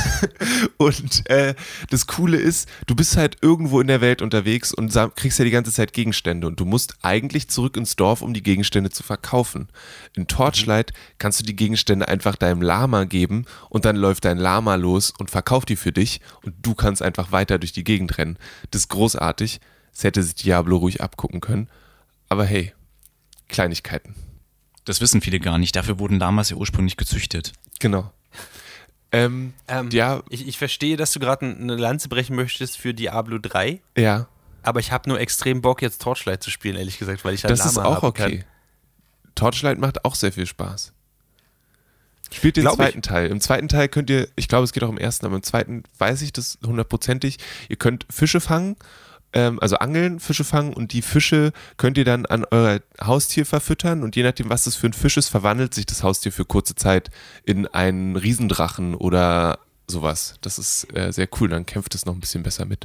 Und äh, das Coole ist, du bist halt irgendwo in der Welt unterwegs und kriegst ja die ganze Zeit Gegenstände und du musst eigentlich zurück ins Dorf, um die Gegenstände zu verkaufen. In Torchlight kannst du die Gegenstände einfach deinem Lama geben und dann läuft dein Lama los und verkauft die für dich und du kannst einfach weiter durch die Gegend rennen. Das ist großartig. Das hätte sich Diablo ruhig abgucken können. Aber hey, Kleinigkeiten. Das wissen viele gar nicht. Dafür wurden Lamas ja ursprünglich gezüchtet. Genau. Ähm, ähm, ja. ich, ich verstehe, dass du gerade eine Lanze brechen möchtest für Diablo drei. Ja. Aber ich habe nur extrem Bock, jetzt Torchlight zu spielen, ehrlich gesagt, weil ich halt Das Lama ist auch okay. Kann. Torchlight macht auch sehr viel Spaß. Spielt den Glaub zweiten ich. Teil. Im zweiten Teil könnt ihr, ich glaube, es geht auch im ersten, aber im zweiten weiß ich das hundertprozentig. Ihr könnt Fische fangen, ähm, also angeln, Fische fangen und die Fische könnt ihr dann an euer Haustier verfüttern und je nachdem, was das für ein Fisch ist, verwandelt sich das Haustier für kurze Zeit in einen Riesendrachen oder sowas. Das ist äh, sehr cool, dann kämpft es noch ein bisschen besser mit.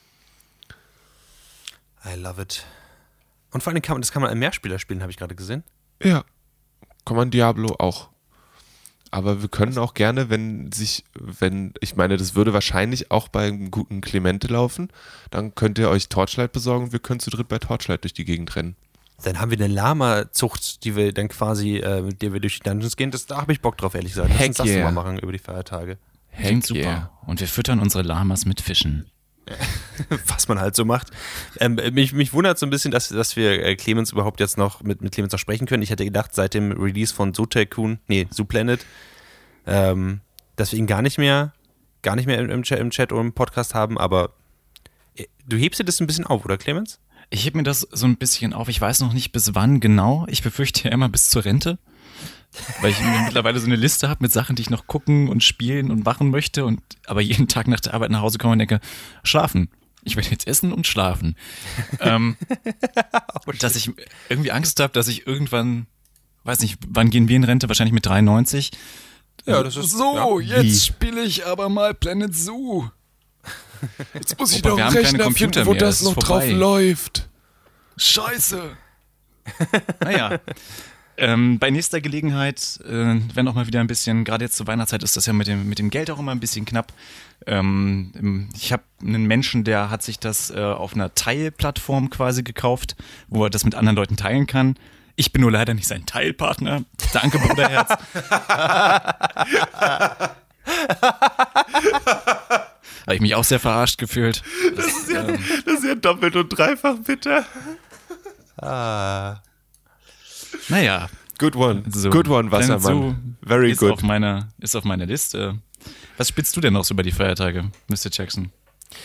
I love it. Und vor allem kann man, das kann man an Mehrspieler spielen, habe ich gerade gesehen. Ja, kann man Diablo auch. Aber wir können auch gerne, wenn sich, wenn, ich meine, das würde wahrscheinlich auch bei einem guten Clemente laufen, dann könnt ihr euch Torchlight besorgen und wir können zu dritt bei Torchlight durch die Gegend rennen. Dann haben wir eine Lama-Zucht, die wir dann quasi, äh, mit der wir durch die Dungeons gehen. Das, da habe ich Bock drauf, ehrlich gesagt. Lass uns das yeah. mal machen über die Feiertage. Klingt super. Yeah. Und wir füttern unsere Lamas mit Fischen. Was man halt so macht. Ähm, mich, mich wundert so ein bisschen, dass, dass wir äh, Clemens überhaupt jetzt noch mit, mit Clemens noch sprechen können. Ich hätte gedacht, seit dem Release von Zoo Tycoon, nee, Zoo Planet, ähm, dass wir ihn gar nicht mehr, gar nicht mehr im, im, Chat, im Chat oder im Podcast haben, aber äh, du hebst dir das ein bisschen auf, oder Clemens? Ich heb mir das so ein bisschen auf. Ich weiß noch nicht bis wann genau. Ich befürchte ja immer bis zur Rente. Weil ich mittlerweile so eine Liste habe mit Sachen, die ich noch gucken und spielen und machen möchte und aber jeden Tag nach der Arbeit nach Hause komme und denke, schlafen. Ich werde jetzt essen und schlafen. ähm, oh, dass ich irgendwie Angst habe, dass ich irgendwann, weiß nicht, wann gehen wir in Rente? Wahrscheinlich mit dreiundneunzig. Ja, das ist so, ja, jetzt spiele ich aber mal Planet Zoo. Jetzt muss ich Opa, doch wir einen haben Rechner keine Computer finden, wo mehr, das das ist noch drauf vorbei. läuft. Scheiße. Naja. Ähm, bei nächster Gelegenheit, äh, wenn auch mal wieder ein bisschen, gerade jetzt zur Weihnachtszeit ist das ja mit dem, mit dem Geld auch immer ein bisschen knapp. Ähm, ich habe einen Menschen, der hat sich das äh, auf einer Teilplattform quasi gekauft, wo er das mit anderen Leuten teilen kann. Ich bin nur leider nicht sein Teilpartner. Danke, Bruderherz. Habe ich mich auch sehr verarscht gefühlt. Das, das, ist, ja, ähm, das ist ja doppelt und dreifach bitter. Ah. Naja. Good one. So, Good one, Wassermann. So Very ist good. Auf meiner, ist auf meiner Liste. Was spielst du denn noch so über die Feiertage, Mister Jackson?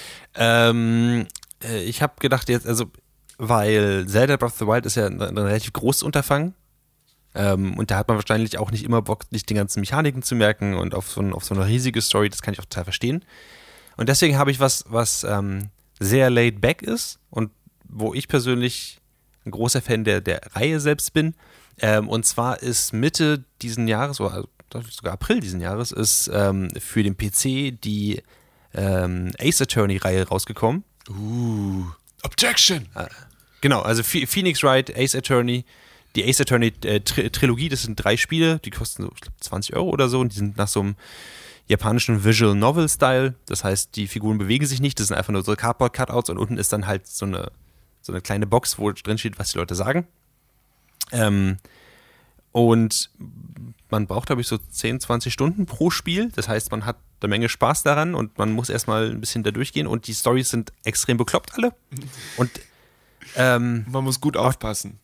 Ähm, äh, ich habe gedacht jetzt, also, weil Zelda Breath of the Wild ist ja ein, ein relativ großes Unterfangen. Ähm, und da hat man wahrscheinlich auch nicht immer Bock, nicht die ganzen Mechaniken zu merken und auf so, ein, auf so eine riesige Story, das kann ich auch total verstehen. Und deswegen habe ich was, was ähm, sehr laid back ist und wo ich persönlich ein großer Fan der, der Reihe selbst bin. Ähm, und zwar ist Mitte diesen Jahres, oder sogar April diesen Jahres, ist ähm, für den P C die ähm, Ace Attorney-Reihe rausgekommen. Uh, Objection! Äh, genau, also Phoenix Wright, Ace Attorney, die Ace Attorney äh, Tri- Trilogie, das sind drei Spiele, die kosten so ich glaub, zwanzig Euro oder so und die sind nach so einem japanischen Visual Novel Style. Das heißt, die Figuren bewegen sich nicht, das sind einfach nur so Cardboard Cutouts und unten ist dann halt so eine, so eine kleine Box, wo drin steht, was die Leute sagen. Ähm, und man braucht, glaube ich, so zehn, zwanzig Stunden pro Spiel. Das heißt, man hat eine Menge Spaß daran und man muss erstmal ein bisschen da durchgehen und die Storys sind extrem bekloppt alle. Und ähm, man muss gut aufpassen.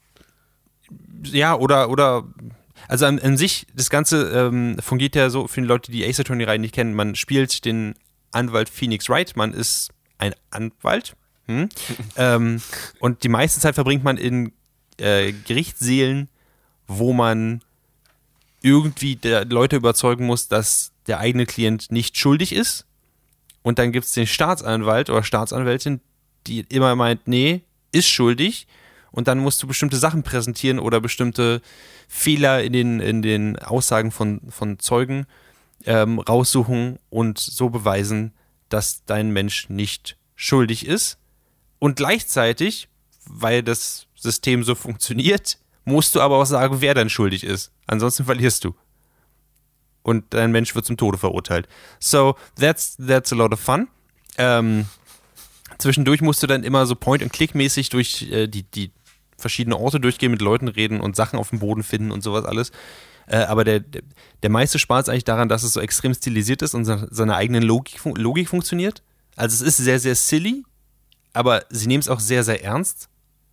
Ja, oder, oder also an, an sich, das Ganze ähm, fungiert ja so für die Leute, die die Ace Attorney-Reihe nicht kennen. Man spielt den Anwalt Phoenix Wright, man ist ein Anwalt. Hm? ähm, und die meiste Zeit verbringt man in äh, Gerichtssälen, wo man irgendwie der Leute überzeugen muss, dass der eigene Klient nicht schuldig ist. Und dann gibt es den Staatsanwalt oder Staatsanwältin, die immer meint, nee, ist schuldig. Und dann musst du bestimmte Sachen präsentieren oder bestimmte Fehler in den, in den Aussagen von, von Zeugen ähm, raussuchen und so beweisen, dass dein Mensch nicht schuldig ist. Und gleichzeitig, weil das System so funktioniert, musst du aber auch sagen, wer dann schuldig ist. Ansonsten verlierst du. Und dein Mensch wird zum Tode verurteilt. So, that's, that's a lot of fun. Ähm, zwischendurch musst du dann immer so Point-and-Click-mäßig durch äh, die, die verschiedene Orte durchgehen, mit Leuten reden und Sachen auf dem Boden finden und sowas alles. Äh, aber der, der, der meiste Spaß ist eigentlich daran, dass es so extrem stilisiert ist und so, seine eigene Logik, Logik funktioniert. Also es ist sehr, sehr silly, aber sie nehmen es auch sehr, sehr ernst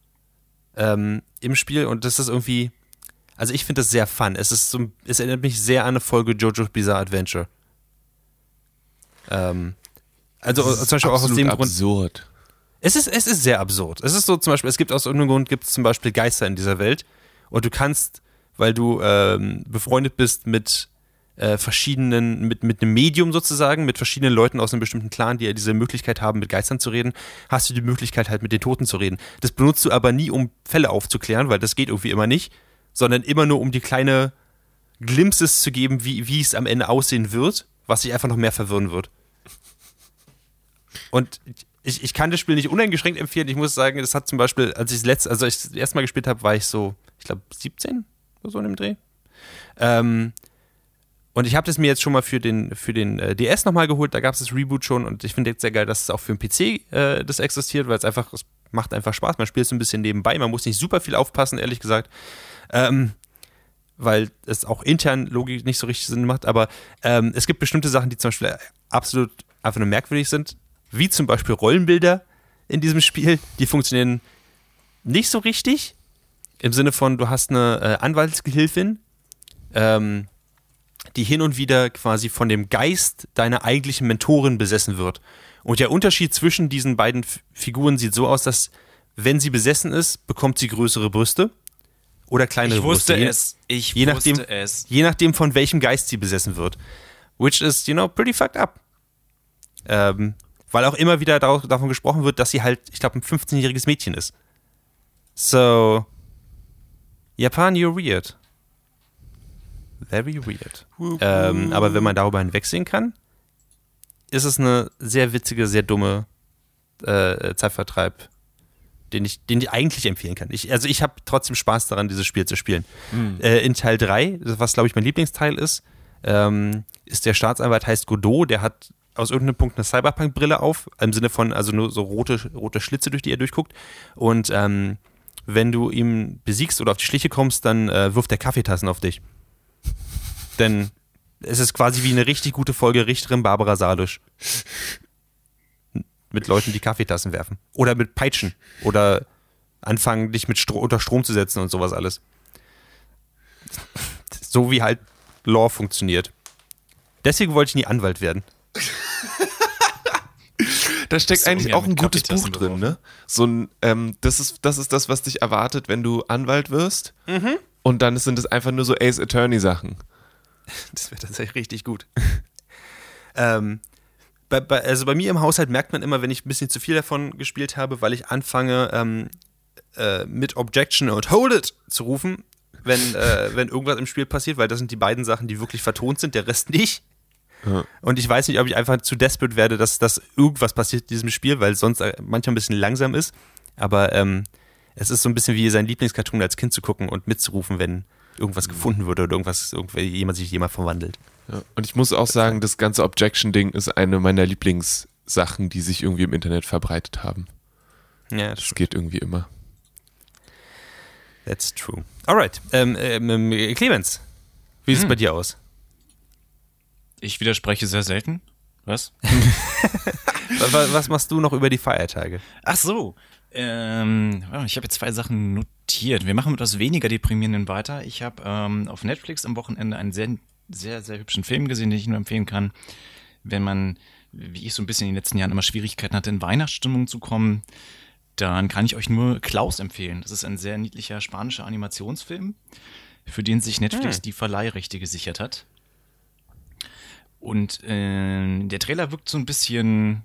ähm, im Spiel und das ist irgendwie, also ich finde das sehr fun. Es ist so, es erinnert mich sehr an eine Folge JoJo's Bizarre Adventure. Ähm, also zum Beispiel auch aus dem Grund. Absurd. Es ist, es ist sehr absurd. Es ist so zum Beispiel, es gibt aus irgendeinem Grund gibt es zum Beispiel Geister in dieser Welt und du kannst, weil du ähm, befreundet bist mit äh, verschiedenen, mit, mit einem Medium sozusagen, mit verschiedenen Leuten aus einem bestimmten Clan, die ja diese Möglichkeit haben, mit Geistern zu reden, hast du die Möglichkeit halt mit den Toten zu reden. Das benutzt du aber nie, um Fälle aufzuklären, weil das geht irgendwie immer nicht, sondern immer nur, um die kleine Glimpses zu geben, wie, wie es am Ende aussehen wird, was dich einfach noch mehr verwirren wird. Und ich, ich kann das Spiel nicht uneingeschränkt empfehlen. Ich muss sagen, das hat zum Beispiel, als ich das letzte, also ich das erste Mal gespielt habe, war ich so, ich glaube siebzehn oder so in dem Dreh. Ähm, und ich habe das mir jetzt schon mal für den, für den äh, D S nochmal geholt, da gab es das Reboot schon und ich finde jetzt sehr geil, dass es auch für den P C äh, das existiert, weil es einfach, es macht einfach Spaß. Man spielt es ein bisschen nebenbei, man muss nicht super viel aufpassen, ehrlich gesagt. Ähm, weil es auch intern Logik nicht so richtig Sinn macht, aber ähm, es gibt bestimmte Sachen, die zum Beispiel absolut einfach nur merkwürdig sind, wie zum Beispiel Rollenbilder in diesem Spiel, die funktionieren nicht so richtig, im Sinne von, du hast eine äh, Anwaltsgehilfin, ähm, die hin und wieder quasi von dem Geist deiner eigentlichen Mentorin besessen wird. Und der Unterschied zwischen diesen beiden F- Figuren sieht so aus, dass, wenn sie besessen ist, bekommt sie größere Brüste oder kleinere Ich wusste Brüste. es. Ich je wusste nachdem, es. Je nachdem, von welchem Geist sie besessen wird. Which is, you know, pretty fucked up. Ähm, weil auch immer wieder darauf, davon gesprochen wird, dass sie halt, ich glaube, ein fünfzehnjähriges Mädchen ist. So, Japan, you're weird. Very weird. Ähm, aber wenn man darüber hinwegsehen kann, ist es eine sehr witzige, sehr dumme äh, Zeitvertreib, den ich, den ich eigentlich empfehlen kann. Ich, also ich habe trotzdem Spaß daran, dieses Spiel zu spielen. Mhm. Äh, in Teil drei, was glaube ich mein Lieblingsteil ist, ähm, ist der Staatsanwalt, heißt Godot, der hat aus irgendeinem Punkt eine Cyberpunk-Brille auf, im Sinne von, also nur so rote, rote Schlitze, durch die er durchguckt. Und ähm, wenn du ihm besiegst oder auf die Schliche kommst, dann äh, wirft er Kaffeetassen auf dich. Denn es ist quasi wie eine richtig gute Folge Richterin Barbara Salisch. Mit Leuten, die Kaffeetassen werfen. Oder mit Peitschen. Oder anfangen, dich mit Stro- unter Strom zu setzen und sowas alles. So wie halt Law funktioniert. Deswegen wollte ich nie Anwalt werden. Da steckt So, eigentlich ja, auch ein mit gutes Kaffeetassen Buch drin, beworfen. ne? So ein, ähm, das ist, das ist das, was dich erwartet, wenn du Anwalt wirst. Mhm. Und dann sind es einfach nur so Ace Attorney-Sachen. Das wäre tatsächlich richtig gut. ähm, bei, bei, also bei mir im Haushalt merkt man immer, wenn ich ein bisschen zu viel davon gespielt habe, weil ich anfange, ähm, äh, mit Objection und Hold it zu rufen, wenn, äh, wenn irgendwas im Spiel passiert, weil das sind die beiden Sachen, die wirklich vertont sind, der Rest nicht. Ja. Und ich weiß nicht, ob ich einfach zu desperate werde, dass, dass irgendwas passiert in diesem Spiel, weil es sonst manchmal ein bisschen langsam ist. Aber ähm, es ist so ein bisschen wie sein Lieblingscartoon als Kind zu gucken und mitzurufen, wenn irgendwas gefunden wird oder irgendwas, irgendwer, jemand sich jemand verwandelt. Ja. Und ich muss auch sagen, das ganze Objection-Ding ist eine meiner Lieblingssachen, die sich irgendwie im Internet verbreitet haben. Ja, das Das geht irgendwie immer. That's true. Alright. Ähm, ähm, Clemens, wie sieht es Hm. bei dir aus? Ich widerspreche sehr selten. Was? Was, was machst du noch über die Feiertage? Ach so. Ähm, oh, ich habe jetzt zwei Sachen notiert. Wir machen mit etwas weniger deprimierenden weiter. Ich habe ähm, auf Netflix am Wochenende einen sehr, sehr, sehr hübschen Film gesehen, den ich nur empfehlen kann. Wenn man, wie ich so ein bisschen in den letzten Jahren immer Schwierigkeiten hatte, in Weihnachtsstimmung zu kommen, dann kann ich euch nur Klaus empfehlen. Das ist ein sehr niedlicher spanischer Animationsfilm, für den sich Netflix Hm. die Verleihrechte gesichert hat. Und äh, der Trailer wirkt so ein bisschen,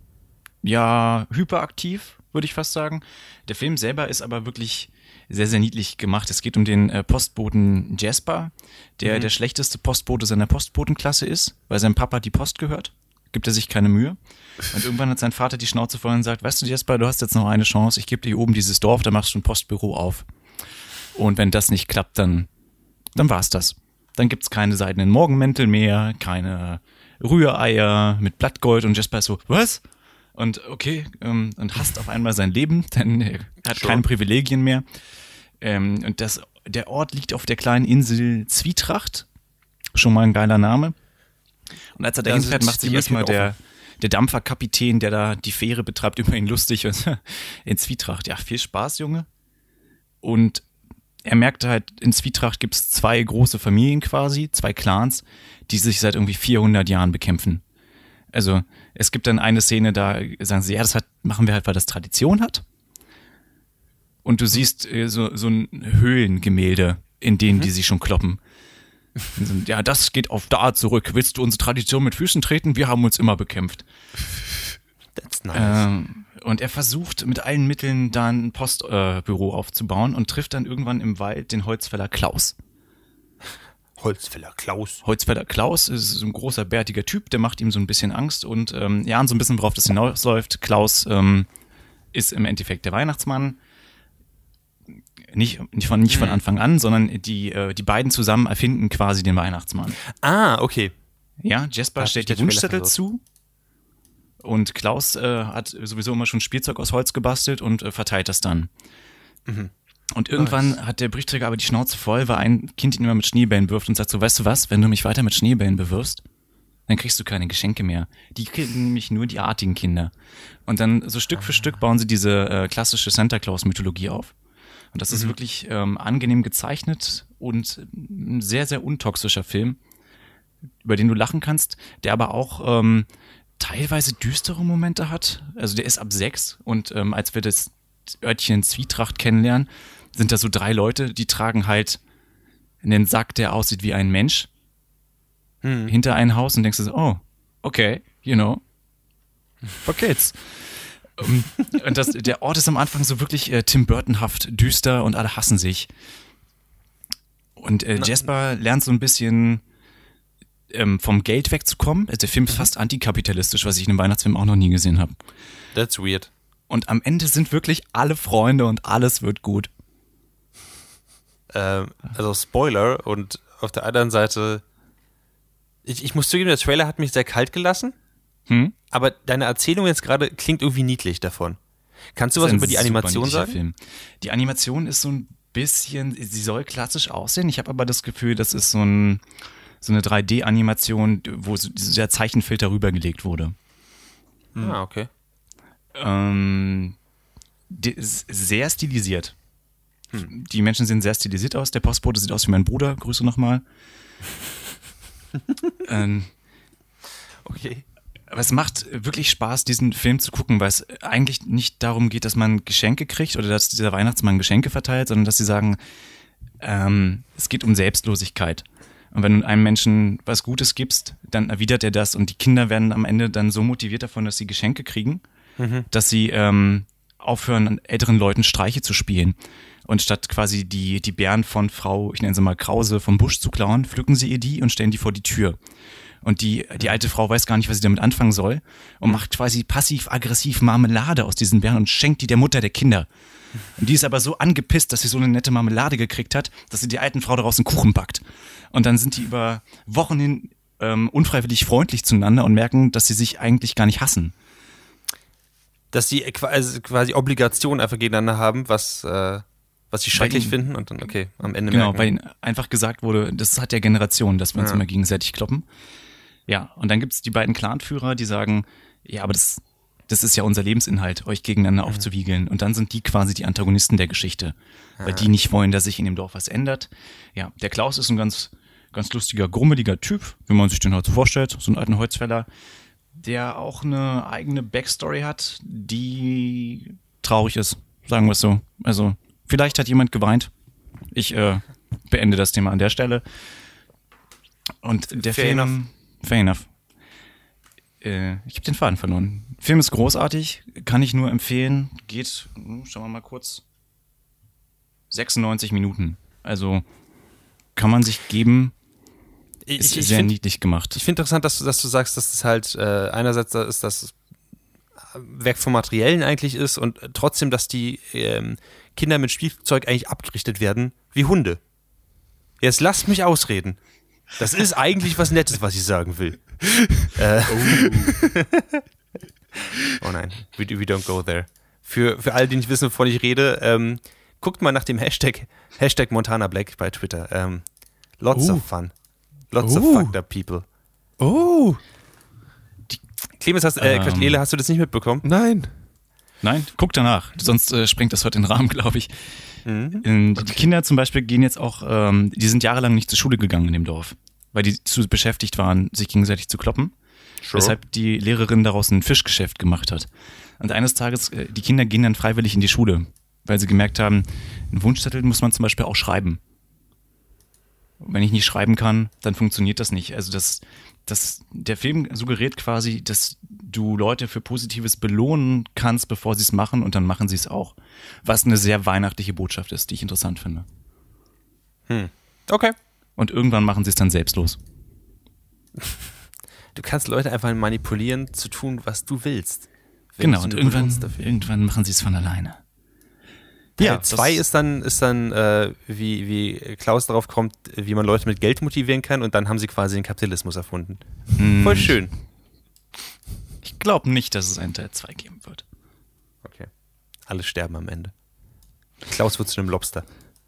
ja, hyperaktiv, würde ich fast sagen. Der Film selber ist aber wirklich sehr, sehr niedlich gemacht. Es geht um den äh, Postboten Jasper, der Mhm. der schlechteste Postbote seiner Postbotenklasse ist, weil sein Papa die Post gehört. Gibt er sich keine Mühe. Und irgendwann hat sein Vater die Schnauze voll und sagt, weißt du, Jasper, du hast jetzt noch eine Chance. Ich gebe dir hier oben dieses Dorf, da machst du ein Postbüro auf. Und wenn das nicht klappt, dann, dann war's das. Dann gibt's keine seidenen Morgenmäntel mehr, keine Rühreier mit Blattgold und Jasper ist so, was? Und okay, ähm, und hasst auf einmal sein Leben, denn er hat Sure. keine Privilegien mehr. Ähm, und das, der Ort liegt auf der kleinen Insel Zwietracht. Schon mal ein geiler Name. Und als er da Da hinfährt, sind macht sich die erstmal Möglichkeiten der, der Dampferkapitän, der da die Fähre betreibt, über ihn lustig und in Zwietracht. Ja, viel Spaß, Junge. Und er merkte halt, in Zwietracht gibt es zwei große Familien quasi, zwei Clans, die sich seit irgendwie vierhundert Jahren bekämpfen. Also es gibt dann eine Szene, da sagen sie, ja, das hat, machen wir halt, weil das Tradition hat. Und du siehst äh, so, so ein Höhlengemälde, in denen Mhm. die sich schon kloppen. Und so, ja, das geht auf da zurück. Willst du unsere Tradition mit Füßen treten? Wir haben uns immer bekämpft. That's nice. Ähm, und er versucht mit allen Mitteln da ein Postbüro äh, Büro aufzubauen und trifft dann irgendwann im Wald den Holzfäller Klaus. Holzfäller Klaus. Holzfäller Klaus ist so ein großer, bärtiger Typ, der macht ihm so ein bisschen Angst und ähm, ja, und so ein bisschen, worauf das hinausläuft. Klaus ähm, ist im Endeffekt der Weihnachtsmann. Nicht, nicht, von, nicht von Anfang an, sondern die, äh, die beiden zusammen erfinden quasi den Weihnachtsmann. Ah, okay. Ja, Jasper Da hat stellt mich die der Trailer Wunschzettel verwirrt. zu und Klaus äh, hat sowieso immer schon Spielzeug aus Holz gebastelt und äh, verteilt das dann. Mhm. Und irgendwann hat der Briefträger aber die Schnauze voll, weil ein Kind ihn immer mit Schneebällen wirft und sagt so, weißt du was, wenn du mich weiter mit Schneebällen bewirfst, dann kriegst du keine Geschenke mehr. Die kriegen nämlich nur die artigen Kinder. Und dann so Stück für Stück bauen sie diese äh, klassische Santa Claus-Mythologie auf. Und das ist wirklich ähm, angenehm gezeichnet und ein sehr, sehr untoxischer Film, über den du lachen kannst, der aber auch ähm, teilweise düstere Momente hat. Also der ist ab sechs und ähm, als wir das Örtchen Zwietracht kennenlernen, sind da so drei Leute, die tragen halt einen Sack, der aussieht wie ein Mensch, Hm. hinter ein Haus und denkst du so, oh, okay, you know, for kids. Um, und das, der Ort ist am Anfang so wirklich äh, Tim Burtonhaft düster und alle hassen sich. Und äh, Na- Jasper lernt so ein bisschen ähm, vom Geld wegzukommen. Also der Film ist fast antikapitalistisch, was ich in einem Weihnachtsfilm auch noch nie gesehen habe. That's weird. Und am Ende sind wirklich alle Freunde und alles wird gut. Ähm, also Spoiler und auf der anderen Seite, ich, ich muss zugeben, der Trailer hat mich sehr kalt gelassen, Hm? aber deine Erzählung jetzt gerade klingt irgendwie niedlich davon. Kannst du Das was ist ein über die super Animation niedlicher sagen? Film. Die Animation ist so ein bisschen, sie soll klassisch aussehen. Ich habe aber das Gefühl, das ist so, ein, so eine drei D-Animation, wo so der Zeichenfilter rübergelegt wurde. Ah, okay. Ähm, die ist sehr stilisiert. Hm. Die Menschen sehen sehr stilisiert aus. Der Postbote sieht aus wie mein Bruder. Grüße nochmal. ähm, okay. Aber es macht wirklich Spaß, diesen Film zu gucken, weil es eigentlich nicht darum geht, dass man Geschenke kriegt oder dass dieser Weihnachtsmann Geschenke verteilt, sondern dass sie sagen, ähm, es geht um Selbstlosigkeit. Und wenn du einem Menschen was Gutes gibst, dann erwidert er das und die Kinder werden am Ende dann so motiviert davon, dass sie Geschenke kriegen, mhm. dass sie ähm, aufhören, an älteren Leuten Streiche zu spielen. Und statt quasi die, die Beeren von Frau, ich nenne sie mal Krause, vom Busch zu klauen, pflücken sie ihr die und stellen die vor die Tür. Und die, die alte Frau weiß gar nicht, was sie damit anfangen soll und macht quasi passiv-aggressiv Marmelade aus diesen Beeren und schenkt die der Mutter der Kinder. Und die ist aber so angepisst, dass sie so eine nette Marmelade gekriegt hat, dass sie die alten Frau daraus einen Kuchen backt. Und dann sind die über Wochen hin ähm, unfreiwillig freundlich zueinander und merken, dass sie sich eigentlich gar nicht hassen. Dass sie quasi, quasi Obligationen einfach gegeneinander haben, was, äh, was sie schrecklich ihnen, finden und dann, okay, am Ende genau, merken. Genau, weil ihnen einfach gesagt wurde, das hat ja Generation, dass wir uns ja. immer gegenseitig kloppen. Ja, und dann gibt's die beiden Clanführer, die sagen, ja, aber das, das ist ja unser Lebensinhalt, euch gegeneinander mhm. aufzuwiegeln. Und dann sind die quasi die Antagonisten der Geschichte, ah. weil die nicht wollen, dass sich in dem Dorf was ändert. Ja, der Klaus ist ein ganz, ganz lustiger, grummeliger Typ, wie man sich den halt so vorstellt, so einen alten Holzfäller, der auch eine eigene Backstory hat, die traurig ist, sagen wir es so. Also, vielleicht hat jemand geweint. Ich äh, beende das Thema an der Stelle. Und der Fair Film... enough. Fair enough. Äh, ich habe den Faden verloren. Der Film ist großartig, kann ich nur empfehlen. Geht, schauen wir mal kurz, sechsundneunzig Minuten. Also kann man sich geben. Ist ich, ich sehr find, niedlich gemacht. Ich finde interessant, dass du, dass du sagst, dass es halt äh, einerseits da ist, dass es Werk vom Materiellen eigentlich ist und trotzdem, dass die ähm, Kinder mit Spielzeug eigentlich abgerichtet werden wie Hunde. Jetzt lasst mich ausreden. Das ist eigentlich was Nettes, was ich sagen will. äh, oh. oh nein, we, we don't go there. Für, für alle, die nicht wissen, wovon ich rede, ähm, guckt mal nach dem Hashtag, Hashtag Montana Black bei Twitter. Ähm, lots oh. of fun. Lots oh. of fucked up people. Oh. Die, Clemens, hast, äh, ähm. Lele, hast du das nicht mitbekommen? Nein. Nein, guck danach, sonst äh, sprengt das heute den Rahmen, glaube ich. Mhm. Ähm, die okay. Kinder zum Beispiel gehen jetzt auch, ähm, die sind jahrelang nicht zur Schule gegangen in dem Dorf, weil die zu beschäftigt waren, sich gegenseitig zu kloppen. Sure. Weshalb die Lehrerin daraus ein Fischgeschäft gemacht hat. Und eines Tages, äh, die Kinder gehen dann freiwillig in die Schule, weil sie gemerkt haben, einen Wunschzettel muss man zum Beispiel auch schreiben. Und wenn ich nicht schreiben kann, dann funktioniert das nicht. Also das, das, der Film suggeriert quasi, dass du Leute für Positives belohnen kannst, bevor sie es machen, und dann machen sie es auch. Was eine sehr weihnachtliche Botschaft ist, die ich interessant finde. Hm. Okay. Und irgendwann machen sie es dann selbstlos. Du kannst Leute einfach manipulieren, zu tun, was du willst. Genau, und irgendwann, irgendwann machen sie es von alleine. Ja, Teil zwei ist dann, ist dann äh, wie, wie Klaus darauf kommt, wie man Leute mit Geld motivieren kann, und dann haben sie quasi den Kapitalismus erfunden. Hm. Voll schön. Ich glaube nicht, dass es einen Teil zwei geben wird. Okay. Alle sterben am Ende. Klaus wird zu einem Lobster.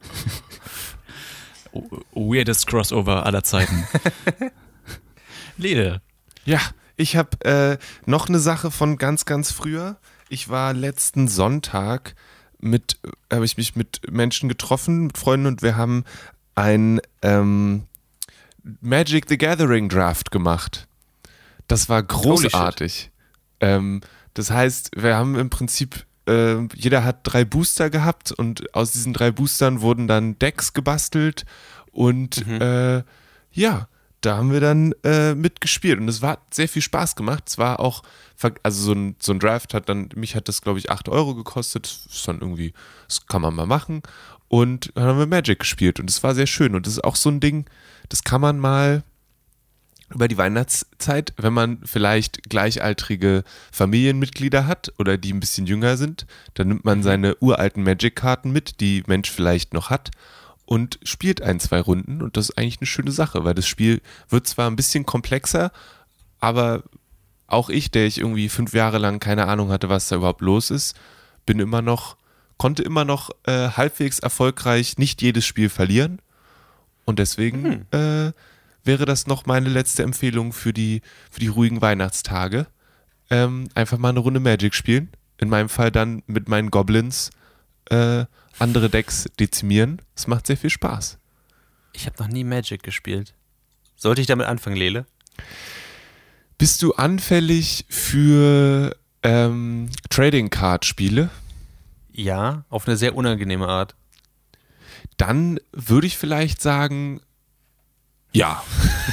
Weirdest Crossover aller Zeiten. Lede. Ja, ich habe äh, noch eine Sache von ganz, ganz früher. Ich war letzten Sonntag mit, habe ich mich mit Menschen getroffen, mit Freunden, und wir haben ein ähm, Magic the Gathering Draft gemacht. Das war großartig. Ähm, das heißt, wir haben im Prinzip, äh, jeder hat drei Booster gehabt, und aus diesen drei Boostern wurden dann Decks gebastelt, und mhm. äh, ja, da haben wir dann äh, mitgespielt, und es hat sehr viel Spaß gemacht. Es war auch, also so ein, so ein Draft hat dann, mich hat das glaube ich acht Euro gekostet, das ist dann irgendwie, das kann man mal machen, und dann haben wir Magic gespielt, und es war sehr schön, und das ist auch so ein Ding, das kann man mal über die Weihnachtszeit, wenn man vielleicht gleichaltrige Familienmitglieder hat oder die ein bisschen jünger sind, dann nimmt man seine uralten Magic-Karten mit, die Mensch vielleicht noch hat, und spielt ein, zwei Runden, und das ist eigentlich eine schöne Sache, weil das Spiel wird zwar ein bisschen komplexer, aber auch ich, der ich irgendwie fünf Jahre lang keine Ahnung hatte, was da überhaupt los ist, bin immer noch, konnte immer noch äh, halbwegs erfolgreich nicht jedes Spiel verlieren, und deswegen hm. äh, wäre das noch meine letzte Empfehlung für die, für die ruhigen Weihnachtstage. Ähm, einfach mal eine Runde Magic spielen. in meinem Fall dann mit meinen Goblins äh, andere Decks dezimieren. Es macht sehr viel Spaß. Ich habe noch nie Magic gespielt. Sollte ich damit anfangen, Lele? Bist du anfällig für ähm, Trading-Card-Spiele? Ja, auf eine sehr unangenehme Art. Dann würde ich vielleicht sagen, ja.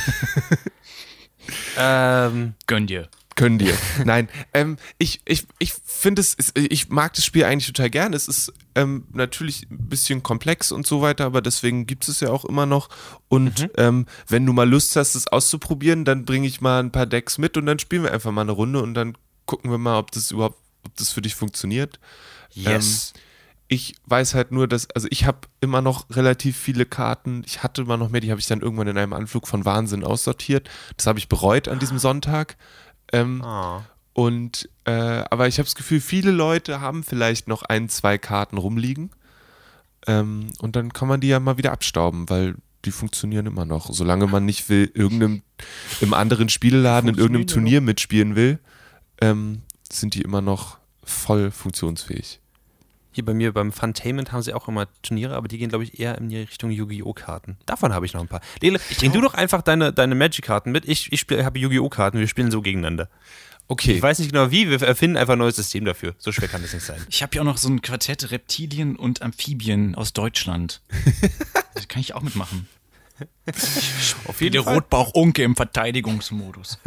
ähm, Gönn dir. Können dir. Nein, ähm, ich, ich, ich finde es, ich mag das Spiel eigentlich total gern. Es ist ähm, natürlich ein bisschen komplex und so weiter, aber deswegen gibt es ja auch immer noch. Und Mhm. ähm, wenn du mal Lust hast, es auszuprobieren, dann bringe ich mal ein paar Decks mit und dann spielen wir einfach mal eine Runde und dann gucken wir mal, ob das überhaupt, ob das für dich funktioniert. yes. Ähm, ich weiß halt nur, dass, also ich habe immer noch relativ viele Karten. Ich hatte immer noch mehr, die habe ich dann irgendwann in einem Anflug von Wahnsinn aussortiert. Das habe ich bereut an diesem Sonntag. Ähm, Oh. Und äh, aber ich habe das Gefühl, viele Leute haben vielleicht noch ein, zwei Karten rumliegen. Ähm, und dann kann man die ja mal wieder abstauben, weil die funktionieren immer noch. Solange man nicht will, irgendeinem im anderen Spieleladen in irgendeinem Turnier mitspielen will, ähm, sind die immer noch voll funktionsfähig. Hier bei mir beim Funtainment haben sie auch immer Turniere, aber die gehen, glaube ich, eher in die Richtung Yu-Gi-Oh! Karten. Davon habe ich noch ein paar. Lele, bring du doch einfach deine, deine Magic-Karten mit. Ich, ich spiel, habe Yu-Gi-Oh! Karten, wir spielen so gegeneinander. Okay. Ich weiß nicht genau wie, wir erfinden einfach ein neues System dafür. So schwer kann das nicht sein. Ich habe ja auch noch so ein Quartett Reptilien und Amphibien aus Deutschland. Das kann ich auch mitmachen. Auf Wie der Rotbauch-Unke im Verteidigungsmodus.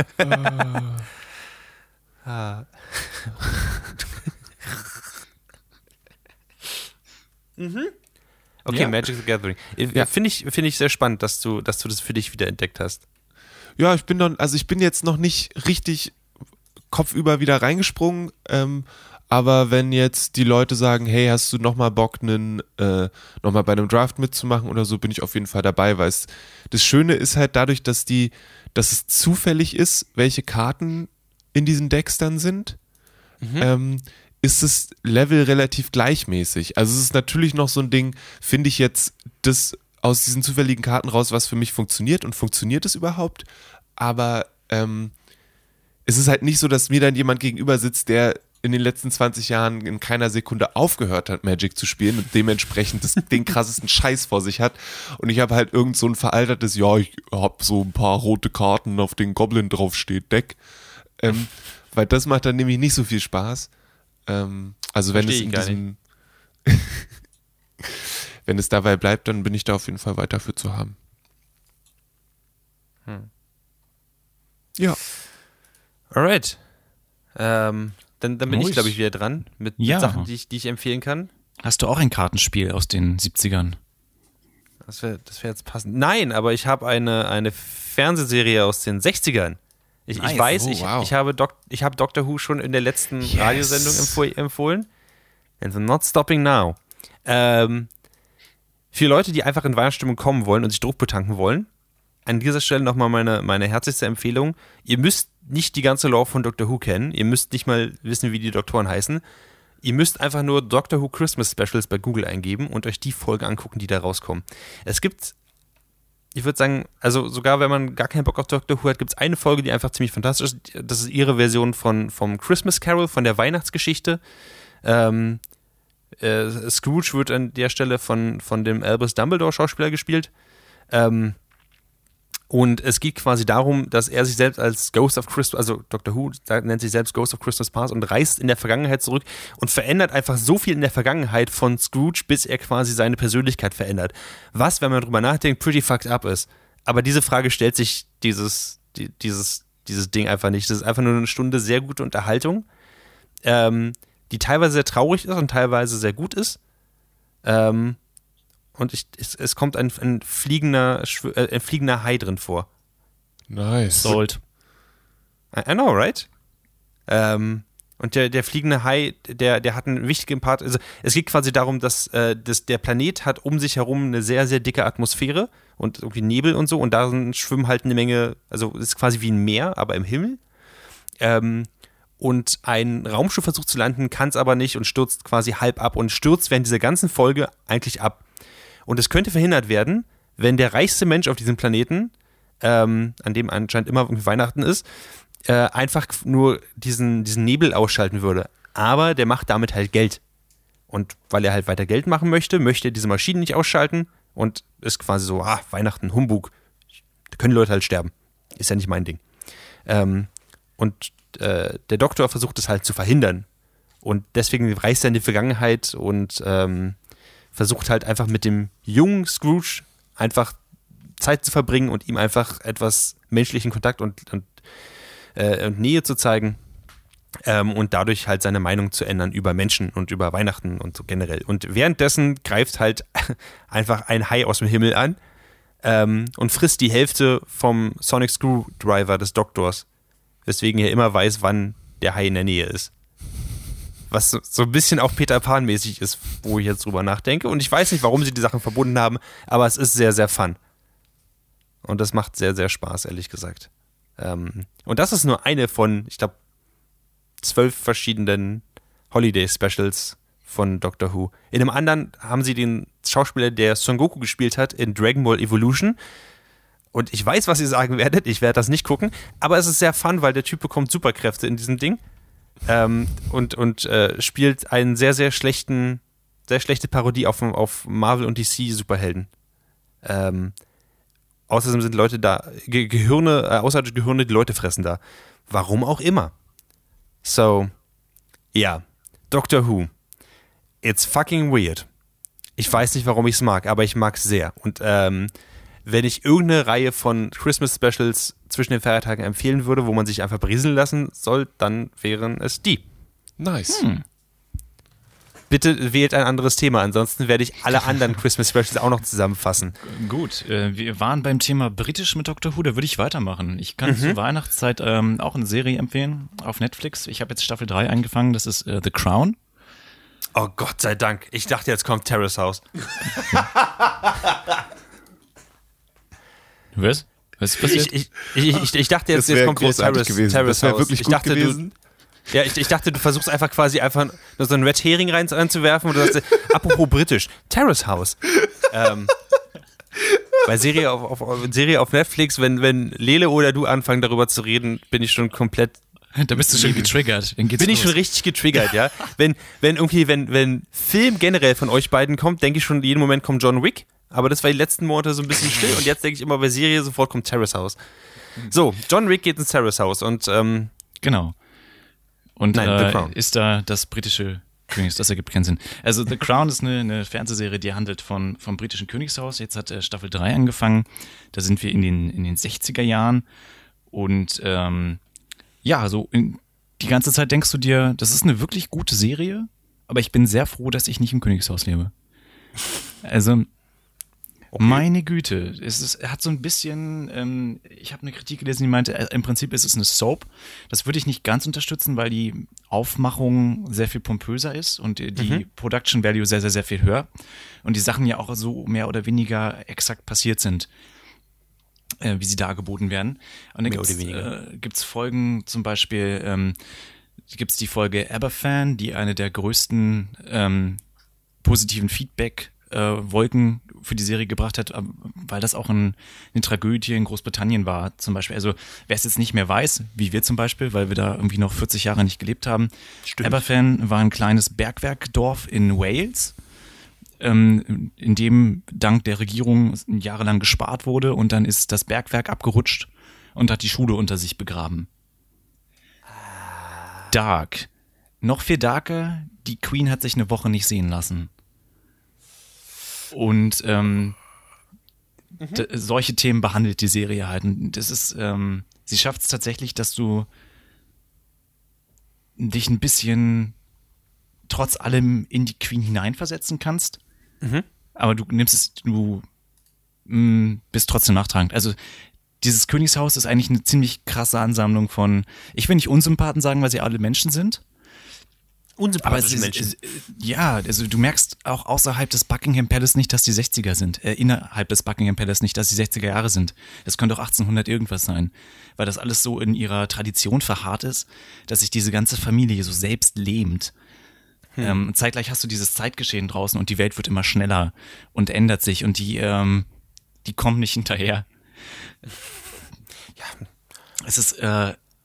Ah. mhm. Okay, Ja. Magic the Gathering. Ja. Finde ich, find ich sehr spannend, dass du, dass du das für dich wieder entdeckt hast. Ja, ich bin dann, also ich bin jetzt noch nicht richtig kopfüber wieder reingesprungen, ähm, aber wenn jetzt die Leute sagen, hey, hast du nochmal Bock, einen, äh, nochmal bei einem Draft mitzumachen oder so, bin ich auf jeden Fall dabei, weil es, das Schöne ist halt dadurch, dass die, dass es zufällig ist, welche Karten in diesen Decks dann sind, Mhm. ähm, ist das Level relativ gleichmäßig. Also es ist natürlich noch so ein Ding, finde ich jetzt das aus diesen zufälligen Karten raus, was für mich funktioniert und funktioniert es überhaupt, aber ähm, es ist halt nicht so, dass mir dann jemand gegenüber sitzt, der in den letzten zwanzig Jahren in keiner Sekunde aufgehört hat, Magic zu spielen und dementsprechend das, den krassesten Scheiß vor sich hat. Und ich habe halt irgend so ein veraltertes, ja, ich habe so ein paar rote Karten, auf denen Goblin draufsteht, Deck. Ähm, weil das macht dann nämlich nicht so viel Spaß. Ähm, also wenn Versteh es ich in gar diesem wenn es dabei bleibt, dann bin ich da auf jeden Fall weiter für zu haben. Hm. Ja. Alright. Ähm, dann, dann bin Nice. ich, glaube ich, wieder dran mit, mit Ja. Sachen, die ich, die ich empfehlen kann. Hast du auch ein Kartenspiel aus den siebzigern? Das wäre das wär jetzt passend. Nein, aber ich habe eine, eine Fernsehserie aus den sechzigern. Ich, Nice. ich weiß, Oh, ich, wow. ich habe Doc, ich habe Doctor Who schon in der letzten Yes. Radiosendung empfoh- empfohlen. And they're not stopping now. Ähm, für Leute, die einfach in Weihnachtsstimmung kommen wollen und sich Druck betanken wollen, an dieser Stelle nochmal meine, meine herzlichste Empfehlung. Ihr müsst nicht die ganze Lore von Doctor Who kennen. Ihr müsst nicht mal wissen, wie die Doktoren heißen. Ihr müsst einfach nur Doctor Who Christmas Specials bei Google eingeben und euch die Folge angucken, die da rauskommen. Es gibt, ich würde sagen, also sogar wenn man gar keinen Bock auf Doctor Who hat, gibt es eine Folge, die einfach ziemlich fantastisch ist. Das ist ihre Version von, vom Christmas Carol, von der Weihnachtsgeschichte. Ähm, äh, Scrooge wird an der Stelle von, von dem Albus Dumbledore-Schauspieler gespielt. Ähm, Und es geht quasi darum, dass er sich selbst als Ghost of Christmas, also Doctor Who nennt sich selbst Ghost of Christmas Past und reist in der Vergangenheit zurück und verändert einfach so viel in der Vergangenheit von Scrooge, bis er quasi seine Persönlichkeit verändert. Was, wenn man drüber nachdenkt, pretty fucked up ist. Aber diese Frage stellt sich dieses, die, dieses, dieses Ding einfach nicht. Das ist einfach nur eine Stunde sehr gute Unterhaltung, ähm, die teilweise sehr traurig ist und teilweise sehr gut ist. Ähm, Und ich, es, es kommt ein, ein, fliegender, Schw- äh, ein fliegender Hai drin vor. Nice. Sold. I, I know, right? Ähm, und der, der fliegende Hai, der, der hat einen wichtigen Part. Also es geht quasi darum, dass, äh, dass der Planet hat um sich herum eine sehr, sehr dicke Atmosphäre und irgendwie Nebel und so. Und da schwimmen halt eine Menge, also es ist quasi wie ein Meer, aber im Himmel. Ähm, und ein Raumschiff versucht zu landen, kann es aber nicht und stürzt quasi halb ab und stürzt während dieser ganzen Folge eigentlich ab. Und es könnte verhindert werden, wenn der reichste Mensch auf diesem Planeten, ähm, an dem anscheinend immer irgendwie Weihnachten ist, äh, einfach nur diesen, diesen Nebel ausschalten würde. aber der macht damit halt Geld. Und weil er halt weiter Geld machen möchte, möchte er diese Maschinen nicht ausschalten und ist quasi so, ah, Weihnachten, Humbug, da können die Leute halt sterben. Ist ja nicht mein Ding. Ähm, und äh, der Doktor versucht es halt zu verhindern. Und deswegen reist er in die Vergangenheit und ähm, versucht halt einfach mit dem jungen Scrooge einfach Zeit zu verbringen und ihm einfach etwas menschlichen Kontakt und, und, äh, und Nähe zu zeigen. Ähm, und dadurch halt seine Meinung zu ändern über Menschen und über Weihnachten und so generell. Und währenddessen greift halt einfach ein Hai aus dem Himmel an ähm, und frisst die Hälfte vom Sonic Screwdriver des Doktors, weswegen er immer weiß, wann der Hai in der Nähe ist. Was so, so ein bisschen auch Peter Pan-mäßig ist, wo ich jetzt drüber nachdenke. Und ich weiß nicht, warum sie die Sachen verbunden haben, aber es ist sehr, sehr fun. Und das macht sehr, sehr Spaß, ehrlich gesagt. Ähm, und das ist nur eine von, ich glaube, zwölf verschiedenen Holiday-Specials von Doctor Who. In einem anderen haben sie den Schauspieler, der Son Goku gespielt hat, in Dragon Ball Evolution. Und ich weiß, was ihr sagen werdet. Ich werde das nicht gucken. Aber es ist sehr fun, weil der Typ bekommt Superkräfte in diesem Ding. Ähm, und und äh, spielt einen sehr, sehr schlechten, sehr schlechte Parodie auf, auf Marvel und D C-Superhelden. Ähm, außerdem sind Leute da, Ge- Gehirne, äh, außerirdische Gehirne, die Leute fressen da. Warum auch immer. So, ja, yeah. Doctor Who. It's fucking weird. Ich weiß nicht, warum ich es mag, aber ich mag es sehr. Und ähm, wenn ich irgendeine Reihe von Christmas Specials zwischen den Feiertagen empfehlen würde, wo man sich einfach berieseln lassen soll, dann wären es die. Nice. Hm. Bitte wählt ein anderes Thema, ansonsten werde ich alle anderen Christmas Specials auch noch zusammenfassen. Gut, äh, wir waren beim Thema britisch mit Doctor Who, da würde ich weitermachen. Ich kann mhm. zur Weihnachtszeit ähm, auch eine Serie empfehlen auf Netflix. Ich habe jetzt Staffel drei angefangen, das ist äh, The Crown. Oh Gott sei Dank, ich dachte, jetzt kommt Terrace House. Was? Was ist passiert? Ich, ich, ich, ich, ich dachte jetzt, das jetzt kommt wieder Terrace, gewesen. Terrace das wäre wirklich ich gut dachte, gewesen. Du, ja, ich, ich dachte, du versuchst einfach quasi einfach nur so einen Red Herring rein, reinzuwerfen und du sagst, apropos britisch, Terrace House. ähm, bei Serie auf, auf, Serie auf Netflix, wenn, wenn Lele oder du anfangen darüber zu reden, bin ich schon komplett. Da bist du schon getriggert. Dann geht's bin los. ich schon richtig getriggert, ja. Wenn, wenn irgendwie, wenn, wenn Film generell von euch beiden kommt, denke ich schon, jeden Moment kommt John Wick. Aber das war die letzten Monate so ein bisschen still und jetzt denke ich immer bei Serie, sofort kommt Terrace House. So, John Wick geht ins Terrace House und ähm, genau. Und Nein, The äh, Crown. ist da das britische Königs, das ergibt keinen Sinn. Also The Crown ist eine, eine Fernsehserie, die handelt von, vom britischen Königshaus. Jetzt hat äh, Staffel drei angefangen. Da sind wir in den, in den sechziger Jahren. Und ähm, ja, so in, die ganze Zeit denkst du dir, das ist eine wirklich gute Serie, aber ich bin sehr froh, dass ich nicht im Königshaus lebe. Also okay. Meine Güte, es ist, hat so ein bisschen, ähm, ich habe eine Kritik gelesen, die meinte, äh, im Prinzip ist es eine Soap. Das würde ich nicht ganz unterstützen, weil die Aufmachung sehr viel pompöser ist und die, die Mhm. Production Value sehr, sehr, sehr viel höher und die Sachen ja auch so mehr oder weniger exakt passiert sind, äh, wie sie dargeboten werden. Und dann Mehr gibt's, oder weniger. äh, gibt's Folgen, zum Beispiel ähm, gibt's die Folge Aberfan, die eine der größten ähm, positiven Feedback äh, Wolken für die Serie gebracht hat, weil das auch ein, eine Tragödie in Großbritannien war, zum Beispiel. Also wer es jetzt nicht mehr weiß, wie wir zum Beispiel, weil wir da irgendwie noch vierzig Jahre nicht gelebt haben. Stimmt. Aberfan war ein kleines Bergwerkdorf in Wales, ähm, in dem dank der Regierung jahrelang gespart wurde und dann ist das Bergwerk abgerutscht und hat die Schule unter sich begraben. Dark. Noch viel darker, die Queen hat sich eine Woche nicht sehen lassen. Und ähm, mhm. d- solche Themen behandelt die Serie halt. Und das ist, ähm, sie schafft es tatsächlich, dass du dich ein bisschen trotz allem in die Queen hineinversetzen kannst. Mhm. Aber du nimmst es, du mh, bist trotzdem nachtragend. Also dieses Königshaus ist eigentlich eine ziemlich krasse Ansammlung von, ich will nicht Unsympathen sagen, weil sie alle Menschen sind. Aber es ist, Menschen. es, ja, also du merkst auch außerhalb des Buckingham Palace nicht, dass die sechziger sind. Äh, innerhalb des Buckingham Palace nicht, dass die sechziger Jahre sind. Das könnte auch achtzehnhundert irgendwas sein. Weil das alles so in ihrer Tradition verharrt ist, dass sich diese ganze Familie so selbst lähmt. Hm. Ähm, zeitgleich hast du dieses Zeitgeschehen draußen und die Welt wird immer schneller und ändert sich und die, ähm, die kommen nicht hinterher. Ja. Es ist, äh,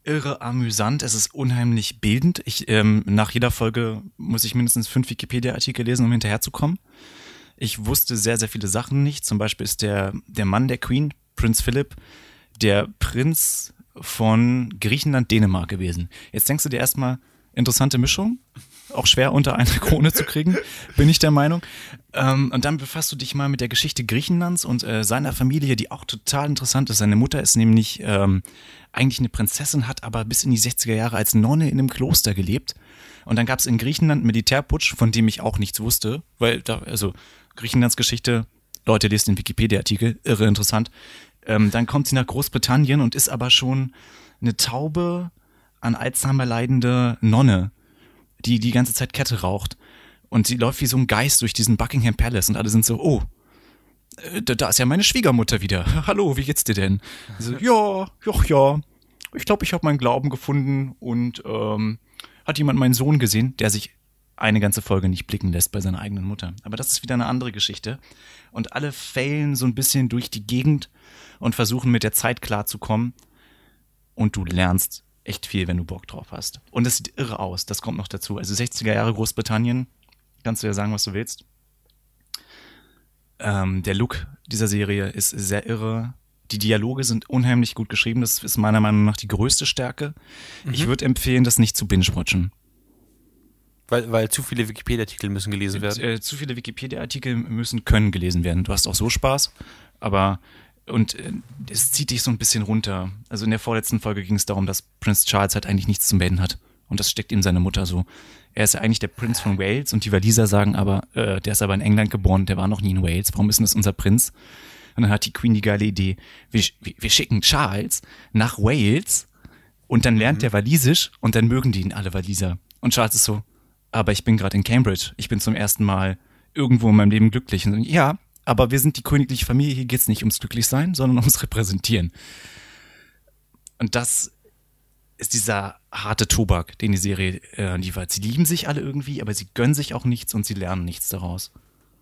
irre amüsant, es ist unheimlich bildend. Ich, ähm, nach jeder Folge muss ich mindestens fünf Wikipedia-Artikel lesen, um hinterherzukommen. Ich wusste sehr, sehr viele Sachen nicht. Zum Beispiel ist der, der Mann der Queen, Prinz Philipp, der Prinz von Griechenland, Dänemark gewesen. Jetzt denkst du dir erstmal, interessante Mischung, auch schwer unter eine Krone zu kriegen, bin ich der Meinung. Ähm, und dann befasst du dich mal mit der Geschichte Griechenlands und äh, seiner Familie, die auch total interessant ist. Seine Mutter ist nämlich ähm, eigentlich eine Prinzessin, hat aber bis in die sechziger Jahre als Nonne in einem Kloster gelebt. Und dann gab es in Griechenland einen Militärputsch, von dem ich auch nichts wusste, weil da, also Griechenlands Geschichte, Leute, lest den Wikipedia-Artikel, irre interessant. Ähm, dann kommt sie nach Großbritannien und ist aber schon eine taube, an Alzheimer leidende Nonne, die die ganze Zeit Kette raucht. Und sie läuft wie so ein Geist durch diesen Buckingham Palace und alle sind so, oh, äh, da, da ist ja meine Schwiegermutter wieder. Hallo, wie geht's dir denn? So, ja, ja, ja. Ich glaube, ich habe meinen Glauben gefunden und ähm, hat jemand meinen Sohn gesehen, der sich eine ganze Folge nicht blicken lässt bei seiner eigenen Mutter. Aber das ist wieder eine andere Geschichte. Und alle fällen so ein bisschen durch die Gegend und versuchen mit der Zeit klarzukommen. Und du lernst echt viel, wenn du Bock drauf hast. Und es sieht irre aus, das kommt noch dazu. Also sechziger Jahre Großbritannien, kannst du ja sagen, was du willst. Ähm, der Look dieser Serie ist sehr irre. Die Dialoge sind unheimlich gut geschrieben. Das ist meiner Meinung nach die größte Stärke. Mhm. Ich würde empfehlen, das nicht zu binge-watchen. Weil, weil zu viele Wikipedia-Artikel müssen gelesen werden? Äh, zu viele Wikipedia-Artikel müssen, können gelesen werden. Du hast auch so Spaß, aber und äh, es zieht dich so ein bisschen runter. Also in der vorletzten Folge ging es darum, dass Prinz Charles halt eigentlich nichts zu melden hat. Und das steckt ihm seine Mutter so. Er ist ja eigentlich der Prinz von Wales und die Waliser sagen aber, äh, der ist aber in England geboren, der war noch nie in Wales. Warum ist denn das unser Prinz? Und dann hat die Queen die geile Idee, wir, wir schicken Charles nach Wales und dann lernt mhm. der Walisisch und dann mögen die ihn alle Waliser. Und Charles ist so, aber ich bin gerade in Cambridge. Ich bin zum ersten Mal irgendwo in meinem Leben glücklich. Und so, ja, aber wir sind die königliche Familie. Hier geht es nicht ums Glücklichsein, sondern ums Repräsentieren. Und das ist dieser harte Tobak, den die Serie äh, liefert. Sie lieben sich alle irgendwie, aber sie gönnen sich auch nichts und sie lernen nichts daraus.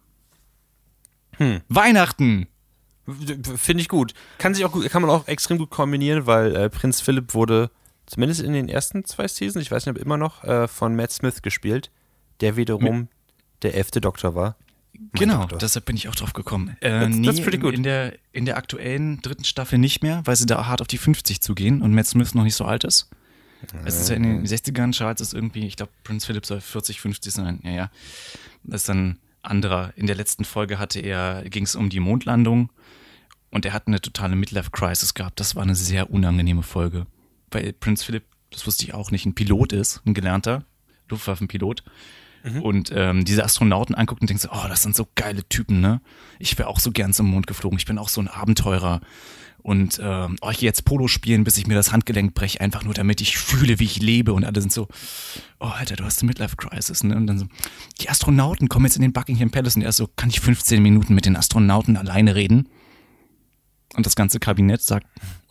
Hm. Weihnachten! Finde ich gut. Kann sich auch gut, kann man auch extrem gut kombinieren, weil äh, Prinz Philipp wurde zumindest in den ersten zwei Seasons, ich weiß nicht, ob immer noch, äh, von Matt Smith gespielt, der wiederum der elfte Doktor war. Genau, deshalb bin ich auch drauf gekommen. Äh, that's, nee, that's pretty good. In der, in der aktuellen dritten Staffel nicht mehr, weil sie da hart auf die fünfzig zugehen und Matt Smith noch nicht so alt ist. Mhm. Es ist ja in den sechzigern, Charles ist irgendwie, ich glaube, Prinz Philipp soll vierzig, fünfzig sein. Ja, ja. Das ist dann anderer. In der letzten Folge hatte er, ging es um die Mondlandung und er hat eine totale Midlife-Crisis gehabt. Das war eine sehr unangenehme Folge. Weil Prinz Philipp, das wusste ich auch nicht, ein Pilot ist, ein gelernter Luftwaffenpilot. Mhm. Und ähm, diese Astronauten anguckt und denkt so, oh, das sind so geile Typen, ne? Ich wäre auch so gern zum Mond geflogen. Ich bin auch so ein Abenteurer. Und ähm, oh, ich gehe jetzt Polo spielen, bis ich mir das Handgelenk breche, einfach nur damit ich fühle, wie ich lebe. Und alle sind so, oh, Alter, du hast eine Midlife-Crisis, ne? Und dann so, die Astronauten kommen jetzt in den Buckingham Palace und er ist so, kann ich fünfzehn Minuten mit den Astronauten alleine reden? Und das ganze Kabinett sagt,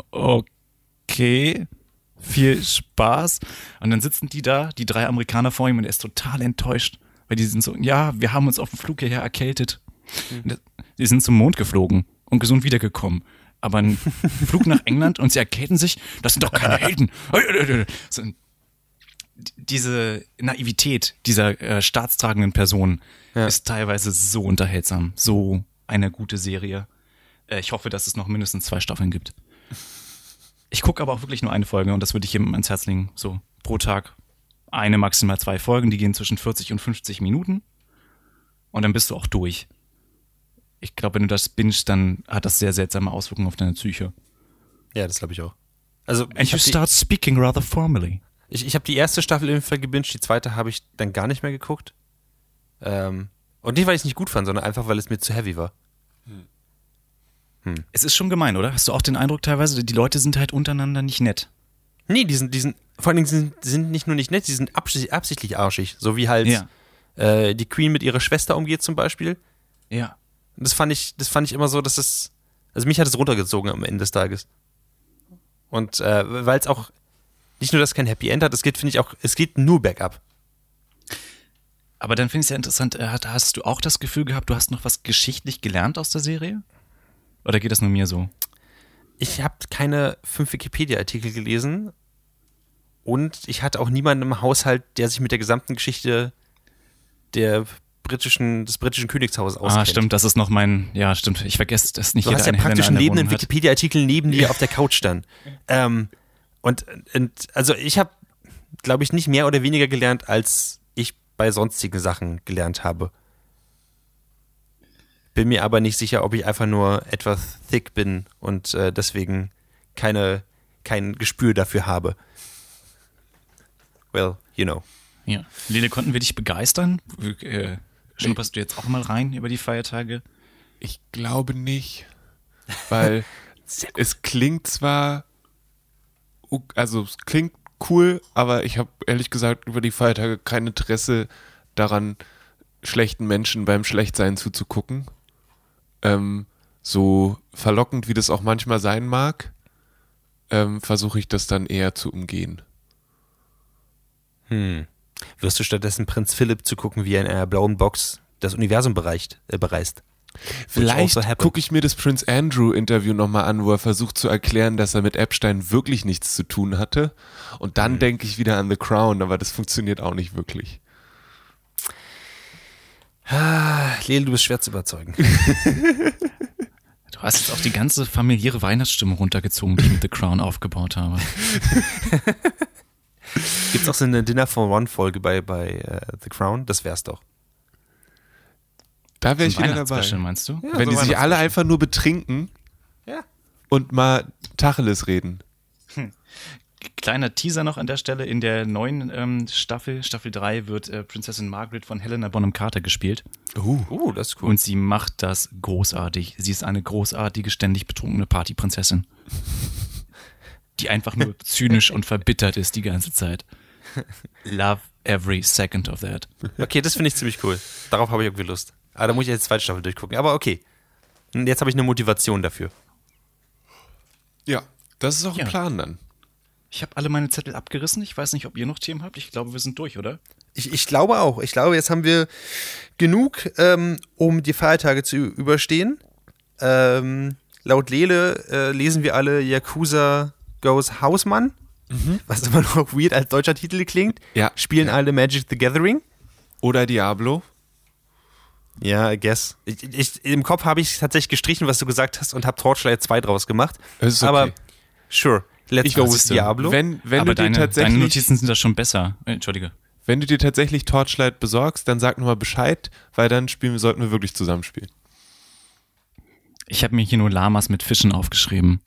okay, viel Spaß. Und dann sitzen die da, die drei Amerikaner vor ihm und er ist total enttäuscht, weil die sind so, ja, wir haben uns auf dem Flug hierher erkältet. Mhm. Die sind zum Mond geflogen und gesund wiedergekommen. Aber ein Flug nach England und sie erkälten sich, das sind doch keine Helden. So, diese Naivität dieser äh, staatstragenden Person ja. ist teilweise so unterhaltsam, so eine gute Serie. Äh, ich hoffe, dass es noch mindestens zwei Staffeln gibt. Ich gucke aber auch wirklich nur eine Folge und das würde ich jedem ans Herz legen. So pro Tag eine, maximal zwei Folgen, die gehen zwischen vierzig und fünfzig Minuten und dann bist du auch durch. Ich glaube, wenn du das bingst, dann hat das sehr seltsame Auswirkungen auf deine Psyche. Ja, das glaube ich auch. Also, And you start die, speaking rather formally. Ich, ich habe die erste Staffel im Fall gebinged, die zweite habe ich dann gar nicht mehr geguckt. Ähm, und nicht, weil ich es nicht gut fand, sondern einfach, weil es mir zu heavy war. Hm. Hm. Es ist schon gemein, oder? Hast du auch den Eindruck teilweise, die Leute sind halt untereinander nicht nett? Nee, die sind, die sind vor allen Dingen sind, sind nicht nur nicht nett, die sind absichtlich, absichtlich arschig. So wie halt ja. äh, die Queen mit ihrer Schwester umgeht zum Beispiel. Ja. Das fand ich, das fand ich immer so, dass es, also mich hat es runtergezogen am Ende des Tages. Und äh, weil es auch nicht nur, dass es kein Happy End hat, es geht, finde ich auch, es geht nur bergab. Aber dann finde ich es ja interessant, hast du auch das Gefühl gehabt, du hast noch was geschichtlich gelernt aus der Serie? Oder geht das nur mir so? Ich habe keine fünf Wikipedia-Artikel gelesen, Und ich hatte auch niemanden im Haushalt, der sich mit der gesamten Geschichte der britischen, des britischen Königshauses auskennt. Ah, stimmt, das ist noch mein, ja, stimmt, ich vergesse das nicht. Du jeder hast ja eine praktisch Helena einen in der lebenden Wohnung hat. Wikipedia-Artikel neben dir auf der Couch dann. ähm, und, und also ich habe, glaube ich, nicht mehr oder weniger gelernt, als ich bei sonstigen Sachen gelernt habe. Bin mir aber nicht sicher, ob ich einfach nur etwas thick bin und äh, deswegen keine, kein Gespür dafür habe. Well, you know. Ja. Lele, konnten wir dich begeistern? Äh, schnupperst du jetzt auch mal rein über die Feiertage? Ich glaube nicht, weil es klingt zwar, also es klingt cool, aber ich habe ehrlich gesagt über die Feiertage kein Interesse daran, schlechten Menschen beim Schlechtsein zuzugucken. Ähm, so verlockend, wie das auch manchmal sein mag, ähm, versuche ich das dann eher zu umgehen. Hm. Wirst du stattdessen Prinz Philipp zu gucken, wie er in einer blauen Box das Universum bereicht, äh, bereist? Vielleicht also gucke ich mir das Prince Andrew Interview nochmal an, wo er versucht zu erklären, dass er mit Epstein wirklich nichts zu tun hatte. Und dann mhm. denke ich wieder an The Crown, aber das funktioniert auch nicht wirklich. Ah, Lele, du bist schwer zu überzeugen. Du hast jetzt auch die ganze familiäre Weihnachtsstimmung runtergezogen, die ich mit The Crown aufgebaut habe. Gibt's auch so eine Dinner for One Folge bei, bei uh, The Crown? Das wär's doch. Da wäre ich wieder dabei. Weihnachtsspecial, meinst du? Ja, Wenn so die sich alle einfach nur betrinken ja. und mal Tacheles reden. Hm. Kleiner Teaser noch an der Stelle. In der neuen ähm, Staffel, Staffel drei, wird äh, Prinzessin Margaret von Helena Bonham Carter gespielt. Uh, uh, das ist cool. Und sie macht das großartig. Sie ist eine großartige, ständig betrunkene Partyprinzessin. Die einfach nur zynisch und verbittert ist die ganze Zeit. Love every second of that. Okay, das finde ich ziemlich cool. Darauf habe ich irgendwie Lust. Aber da muss ich jetzt die zweite Staffel durchgucken. Aber okay. Und jetzt habe ich eine Motivation dafür. Ja, das ist auch Ja. ein Plan dann. Ich habe alle meine Zettel abgerissen. Ich weiß nicht, ob ihr noch Themen habt. Ich glaube, wir sind durch, oder? Ich, ich glaube auch. Ich glaube, jetzt haben wir genug, ähm, um die Feiertage zu überstehen. Ähm, laut Lele äh, lesen wir alle Yakuza Goes Hausmann. Mhm. Was immer noch weird als deutscher Titel klingt. Ja. Spielen ja. alle Magic the Gathering. Oder Diablo. Ja, I guess. Ich, ich, im Kopf habe ich tatsächlich gestrichen, was du gesagt hast, und habe Torchlight zwei draus gemacht. Das ist okay. Aber sure, let's Ich go weiß, with Diablo. Wenn, wenn Aber du dir deine, tatsächlich, deine Notizen sind da schon besser. Äh, Entschuldige. wenn du dir tatsächlich Torchlight besorgst, dann sag nochmal Bescheid, weil dann spielen wir, sollten wir wirklich zusammenspielen. Ich habe mir hier nur Lamas mit Fischen aufgeschrieben.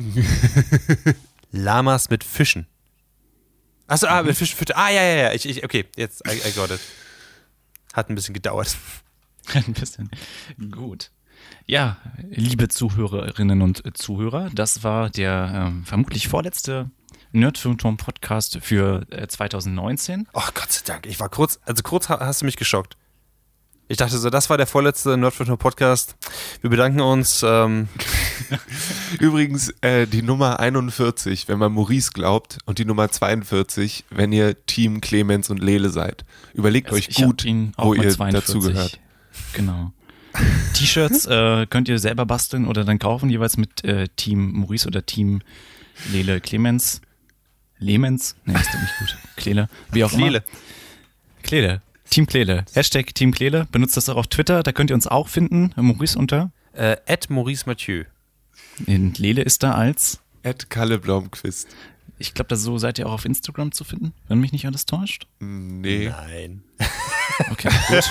Lamas mit Fischen. Achso, ah, mit Fischen. Fisch, ah, ja, ja, ja. Ich, ich, okay, jetzt, I, I got it. Hat ein bisschen gedauert. Ein bisschen. Gut. Ja, liebe Zuhörerinnen und Zuhörer, das war der ähm, vermutlich vorletzte Nerdfilmturm-Podcast für äh, zwanzig neunzehn. Oh, Gott sei Dank. Ich war kurz, also kurz hast du mich geschockt. Ich dachte so, das war der vorletzte Nerdfilmturm-Podcast. Wir bedanken uns. Ähm, Übrigens, äh, die Nummer einundvierzig, wenn man Maurice glaubt, und die Nummer zweiundvierzig, wenn ihr Team Clemens und Lele seid. Überlegt Also euch ich hab gut, ihn auch wo mal ihr zweiundvierzig. dazugehört. Genau. T-Shirts äh, könnt ihr selber basteln oder dann kaufen, jeweils mit äh, Team Maurice oder Team Lele Clemens. Lemens? Nee, ist doch nicht gut. Klele. Wie auch Klele. immer. Klele. Team Klele. Hashtag Team Klele. Benutzt das auch auf Twitter. Da könnt ihr uns auch finden. Maurice unter. äh, at Maurice Mathieu. Und Lele ist da als. Ed Kalle Blomqvist. Ich glaube, so seid ihr auch auf Instagram zu finden, wenn mich nicht alles täuscht. Nee. Nein. Okay, gut.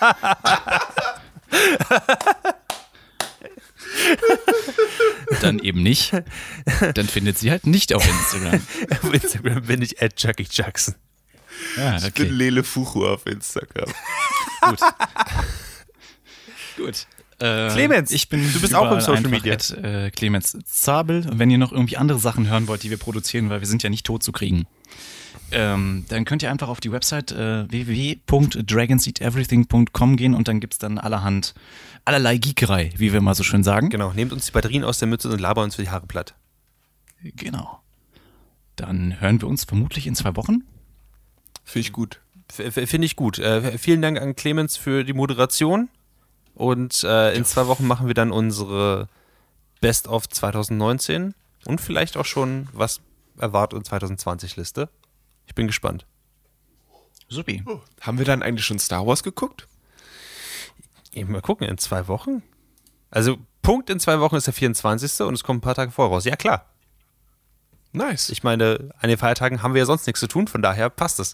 Dann eben nicht. Dann findet sie halt nicht auf Instagram. Auf Instagram bin ich at Chucky Jackson. Ja, Ich okay. bin Lele Fuchu auf Instagram. Gut. Gut. Äh, Clemens, ich bin du bist auch im überall Social einfach Media. At, äh, Clemens Zabel. Und wenn ihr noch irgendwie andere Sachen hören wollt, die wir produzieren, weil wir sind ja nicht tot zu kriegen, ähm, dann könnt ihr einfach auf die Website äh, w w w punkt dragons eat everything punkt com gehen und dann gibt's dann allerhand, allerlei Geekerei, wie wir mal so schön sagen. Genau, nehmt uns die Batterien aus der Mütze und labern uns für die Haare platt. Genau. Dann hören wir uns vermutlich in zwei Wochen. Finde ich gut. F- f- Finde ich gut. Äh, vielen Dank an Clemens für die Moderation. Und äh, in zwei Wochen machen wir dann unsere Best of zwanzig neunzehn und vielleicht auch schon was erwartet uns zwanzig zwanzig Liste. Ich bin gespannt. Supi. Haben wir dann eigentlich schon Star Wars geguckt? Eben mal gucken, in zwei Wochen? Also Punkt in zwei Wochen ist der vierundzwanzigste und es kommt ein paar Tage voraus. Ja, klar. Nice. Ich meine, an den Feiertagen haben wir ja sonst nichts zu tun, von daher passt es.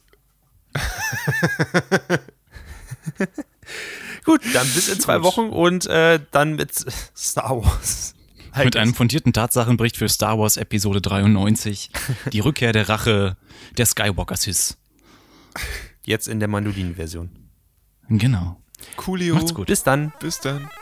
Gut, dann bis in zwei Wochen und äh, dann mit Star Wars. Mit einem fundierten Tatsachenbericht für Star Wars Episode dreiundneunzig. Die Rückkehr der Rache der Skywalker-Sith. Jetzt in der Mandolin-Version. Genau. Coolio. Macht's gut. Bis dann. Bis dann.